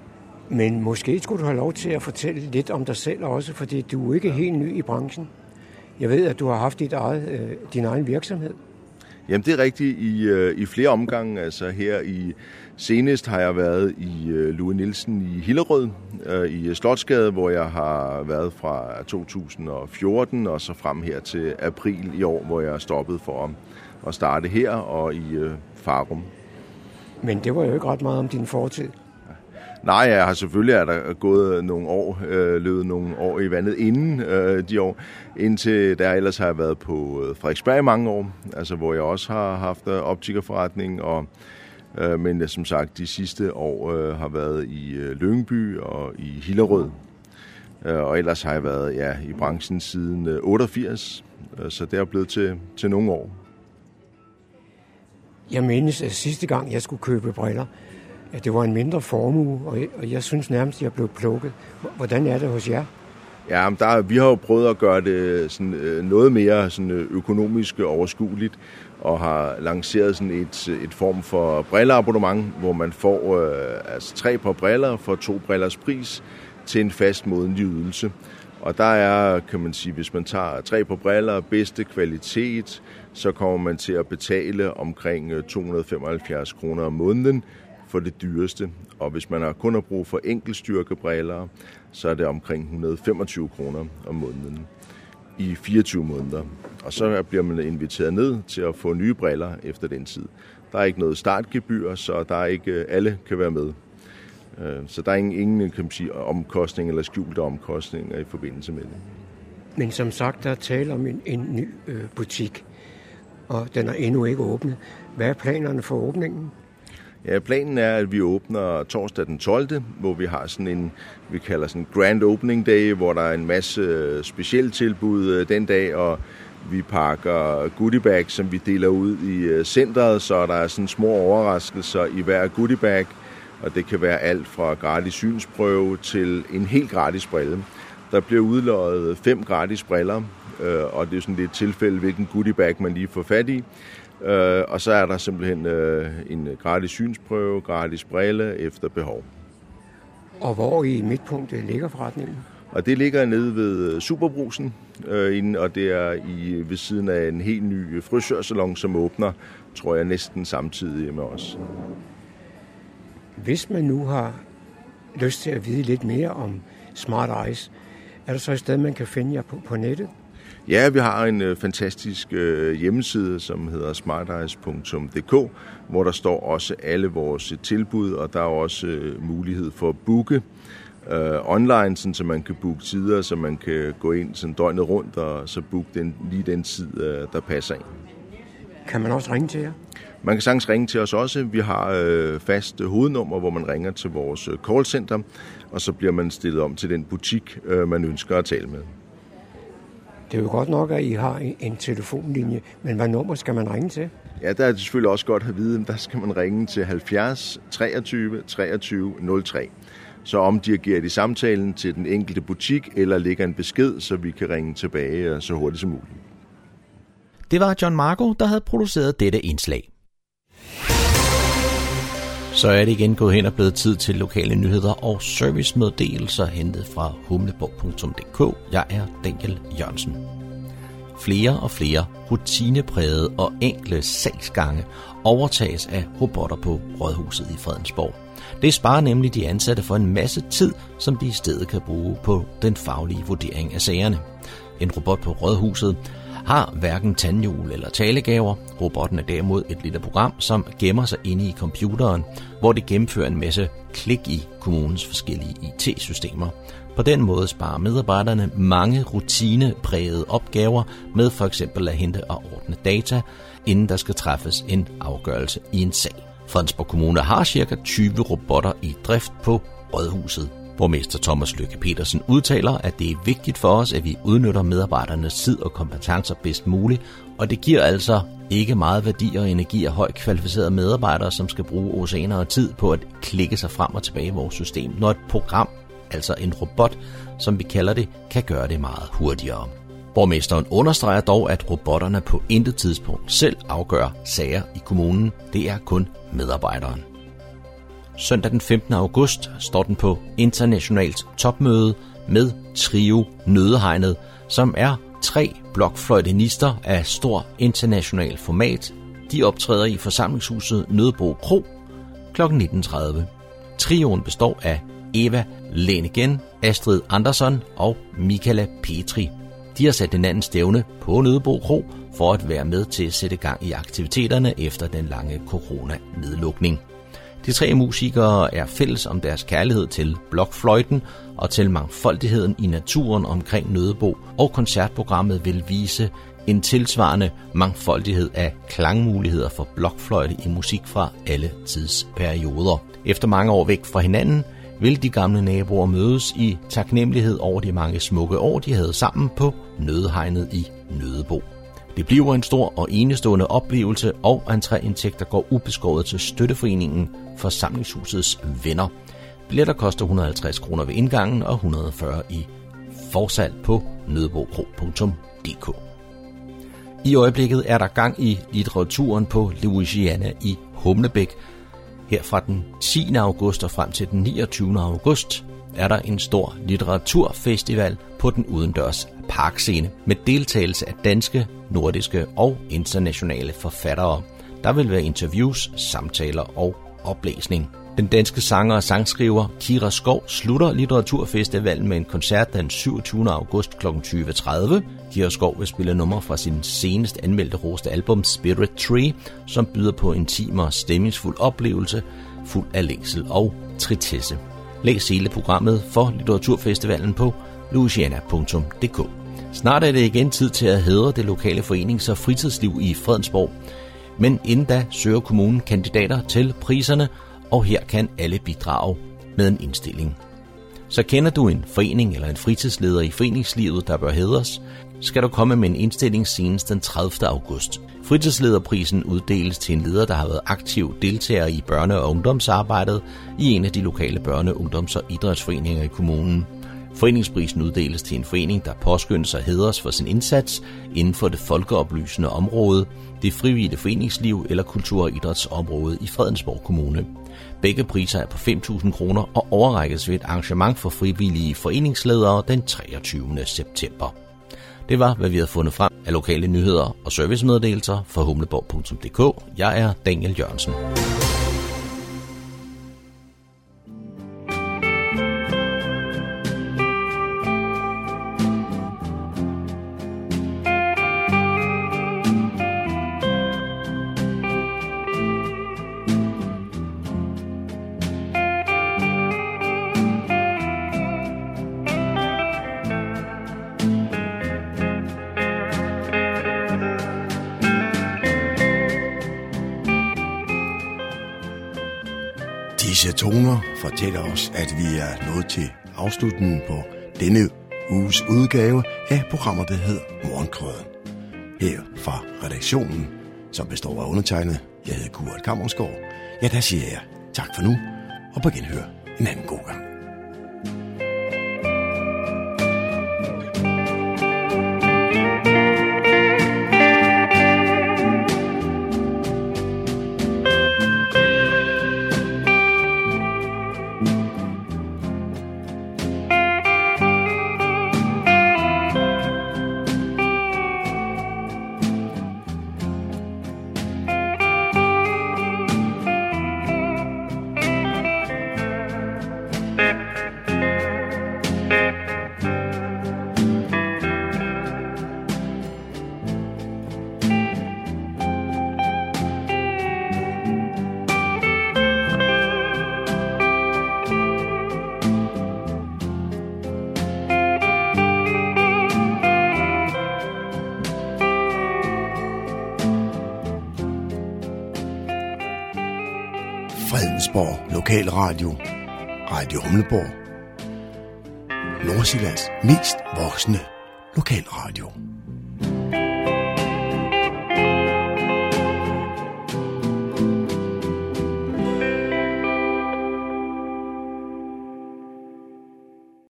Speaker 6: Men måske skulle du have lov til at fortælle lidt om dig selv også, fordi du er ikke helt ny i branchen. Jeg ved, at du har haft dit eget, øh, din egen virksomhed.
Speaker 10: Jamen det er rigtigt i, øh, i flere omgange. Altså her i senest har jeg været i øh, Louis Nielsen i Hillerød, øh, i Slotsgade, hvor jeg har været fra to tusind og fjorten og så frem her til april i år, hvor jeg stoppede for at, at starte her og i øh, Farum.
Speaker 6: Men det var jo ikke ret meget om din fortid.
Speaker 10: Nej, jeg har selvfølgelig er der gået nogle år, øh, løbet nogle år i vandet inden øh, de år. Indtil der ellers har jeg været på Frederiksberg i mange år, altså hvor jeg også har haft optikerforretning. Og, øh, men som sagt, de sidste år øh, har været i øh, Lyngby og i Hillerød. Øh, og ellers har jeg været ja, i branchen siden øh, otteogfirs, øh, så det er blevet til, til nogle år.
Speaker 6: Jeg mindes, at sidste gang jeg skulle købe briller, at det var en mindre formue, og jeg synes nærmest, at jeg blev plukket. Hvordan er det hos jer?
Speaker 10: Ja, der, vi har jo prøvet at gøre det sådan, noget mere sådan, økonomisk overskueligt, og har lanceret sådan et, et form for brilleabonnement, hvor man får øh, altså tre par briller for to brillers pris til en fast månedlig ydelse. Og der er, kan man sige, hvis man tager tre par briller, bedste kvalitet, så kommer man til at betale omkring to hundrede og femoghalvfjerds kroner om måneden for det dyreste. Og hvis man har kun har brug for enkeltstyrkebriller, så er det omkring et hundrede og femogtyve kroner om måneden i fireogtyve måneder. Og så bliver man inviteret ned til at få nye briller efter den tid. Der er ikke noget startgebyr, så der er ikke alle kan være med. Så der er ingen, ingen kan man sige, omkostning eller skjulte omkostninger i forbindelse med det.
Speaker 6: Men som sagt, der er tale om en, en ny øh, butik, og den er endnu ikke åbnet. Hvad er planerne for åbningen?
Speaker 10: Ja, planen er, at vi åbner torsdag den tolvte, hvor vi har sådan en, vi kalder sådan grand opening day, hvor der er en masse specielle tilbud den dag, og vi pakker goodiebag, som vi deler ud i centret, så der er sådan små overraskelser i hver goodiebag, og det kan være alt fra gratis synsprøve til en helt gratis brille. Der bliver udløjet fem gratis briller, og det er sådan lidt et tilfælde, hvilken goodiebag man lige får fat i. Uh, og så er der simpelthen uh, en gratis synsprøve, gratis brille efter behov.
Speaker 6: Og hvor i midtpunktet ligger forretningen?
Speaker 10: Og det ligger nede ved Superbrusen, uh, inden, og det er i, ved siden af en helt ny frisørsalon, som åbner, tror jeg, næsten samtidig med os.
Speaker 6: Hvis man nu har lyst til at vide lidt mere om Smart Ice, er der så et sted, man kan finde jer på, på nettet?
Speaker 10: Ja, vi har en øh, fantastisk øh, hjemmeside, som hedder smartice punktum d k, hvor der står også alle vores tilbud, og der er også øh, mulighed for at booke øh, online, sådan, så man kan booke tider, så man kan gå ind sådan døgnet rundt og så booke den, lige den tid, øh, der passer ind.
Speaker 6: Kan man også ringe til jer?
Speaker 10: Man kan sagtens ringe til os også. Vi har øh, fast hovednummer, hvor man ringer til vores callcenter, og så bliver man stillet om til den butik, øh, man ønsker at tale med.
Speaker 6: Det er jo godt nok, at I har en telefonlinje, men hvad nummer skal man ringe til?
Speaker 10: Ja, der er det selvfølgelig også godt at vide, der skal man ringe til halvfjerds treogtyve treogtyve nul tre. Så omdirigerer de samtalen til den enkelte butik, eller lægger en besked, så vi kan ringe tilbage så hurtigt som muligt.
Speaker 1: Det var John Marco, der havde produceret dette indslag.
Speaker 5: Så er det igen gået hen og blevet tid til lokale nyheder og servicemeddelelser hentet fra humleborg punktum d k. Jeg er Daniel Jørgensen. Flere og flere rutineprægede og enkle sagsgange overtages af robotter på Rådhuset i Fredensborg. Det sparer nemlig de ansatte for en masse tid, som de i stedet kan bruge på den faglige vurdering af sagerne. En robot på Rådhuset har hverken tandhjul eller talegaver. Robotten er derimod et lille program, som gemmer sig inde i computeren, hvor det gennemfører en masse klik i kommunens forskellige I T-systemer. På den måde sparer medarbejderne mange rutineprægede opgaver med for eksempel at hente og ordne data, inden der skal træffes en afgørelse i en sag. Fredensborg Kommune har ca. tyve robotter i drift på Rådhuset. Borgmester Thomas Lykke Petersen udtaler, at det er vigtigt for os, at vi udnytter medarbejdernes tid og kompetencer bedst muligt, og det giver altså ikke meget værdi og energi af højt kvalificerede medarbejdere, som skal bruge oceaner og tid på at klikke sig frem og tilbage i vores system, når et program, altså en robot, som vi kalder det, kan gøre det meget hurtigere. Borgmesteren understreger dog, at robotterne på intet tidspunkt selv afgør sager i kommunen. Det er kun medarbejderen. Søndag den femtende august står den på internationalt topmøde med Trio Nødehegnet, som er tre blokfløjtenister af stor international format. De optræder i forsamlingshuset Nødebo Kro kl. nitten tredive. Trioen består af Eva Lenegen, Astrid Andersson og Michaela Petri. De har sat hinanden stævne på Nødebo Kro for at være med til at sætte gang i aktiviteterne efter den lange coronanedlukning. De tre musikere er fælles om deres kærlighed til blokfløjten og til mangfoldigheden i naturen omkring Nødebo, og koncertprogrammet vil vise en tilsvarende mangfoldighed af klangmuligheder for blokfløjte i musik fra alle tidsperioder. Efter mange år væk fra hinanden vil de gamle naboer mødes i taknemmelighed over de mange smukke år, de havde sammen på Nødehegnet i Nødebo. Det bliver en stor og enestående oplevelse, og entréindtægter går ubeskåret til støtteforeningen Forsamlingshusets Venner. Billetter koster et hundrede og halvtreds kroner ved indgangen og et hundrede og fyrre i forsalg på nødebokro punktum d k. I øjeblikket er der gang i litteraturen på Louisiana i Humlebæk. Her fra den tiende august og frem til den niogtyvende august er der en stor litteraturfestival på den udendørs parkscene med deltagelse af danske, nordiske og internationale forfattere. Der vil være interviews, samtaler og oplæsning. Den danske sanger og sangskriver Kira Skov slutter litteraturfestivalen med en koncert den syvogtyvende august kl. tyve tredive. Kira Skov vil spille numre fra sin senest anmeldte roste album Spirit Tree, som byder på en time og stemningsfuld oplevelse, fuld af længsel og tristesse. Læs hele programmet for litteraturfestivalen på louisiana punktum d k. Snart er det igen tid til at hædre det lokale forenings- og fritidsliv i Fredensborg. Men inden da søger kommunen kandidater til priserne, og her kan alle bidrage med en indstilling. Så kender du en forening eller en fritidsleder i foreningslivet, der bør hædres, skal du komme med en indstilling senest den tredivte august. Fritidslederprisen uddeles til en leder, der har været aktiv deltager i børne- og ungdomsarbejdet i en af de lokale børne-, ungdoms- og idrætsforeninger i kommunen. Foreningsprisen uddeles til en forening, der påskyndes og hædres for sin indsats inden for det folkeoplysende område, det frivillige foreningsliv eller kultur- og idrætsområde i Fredensborg Kommune. Begge priser er på fem tusind kroner og overrækkes ved et arrangement for frivillige foreningsledere den treogtyvende september. Det var, hvad vi havde fundet frem af lokale nyheder og servicemeddelelser fra humleborg punktum d k. Jeg er Daniel Jørgensen.
Speaker 4: Disse toner fortæller os, at vi er nået til afslutningen på denne uges udgave af programmet, der hedder Morgenkrøden. Her fra redaktionen, som består af undertegnet, jeg hedder Kurt Kammersgaard. Ja, der siger jeg tak for nu, og på genhør en anden god gang. Fredensborg Lokalradio, Radio Humleborg, Nordsjællands mest voksne lokalradio.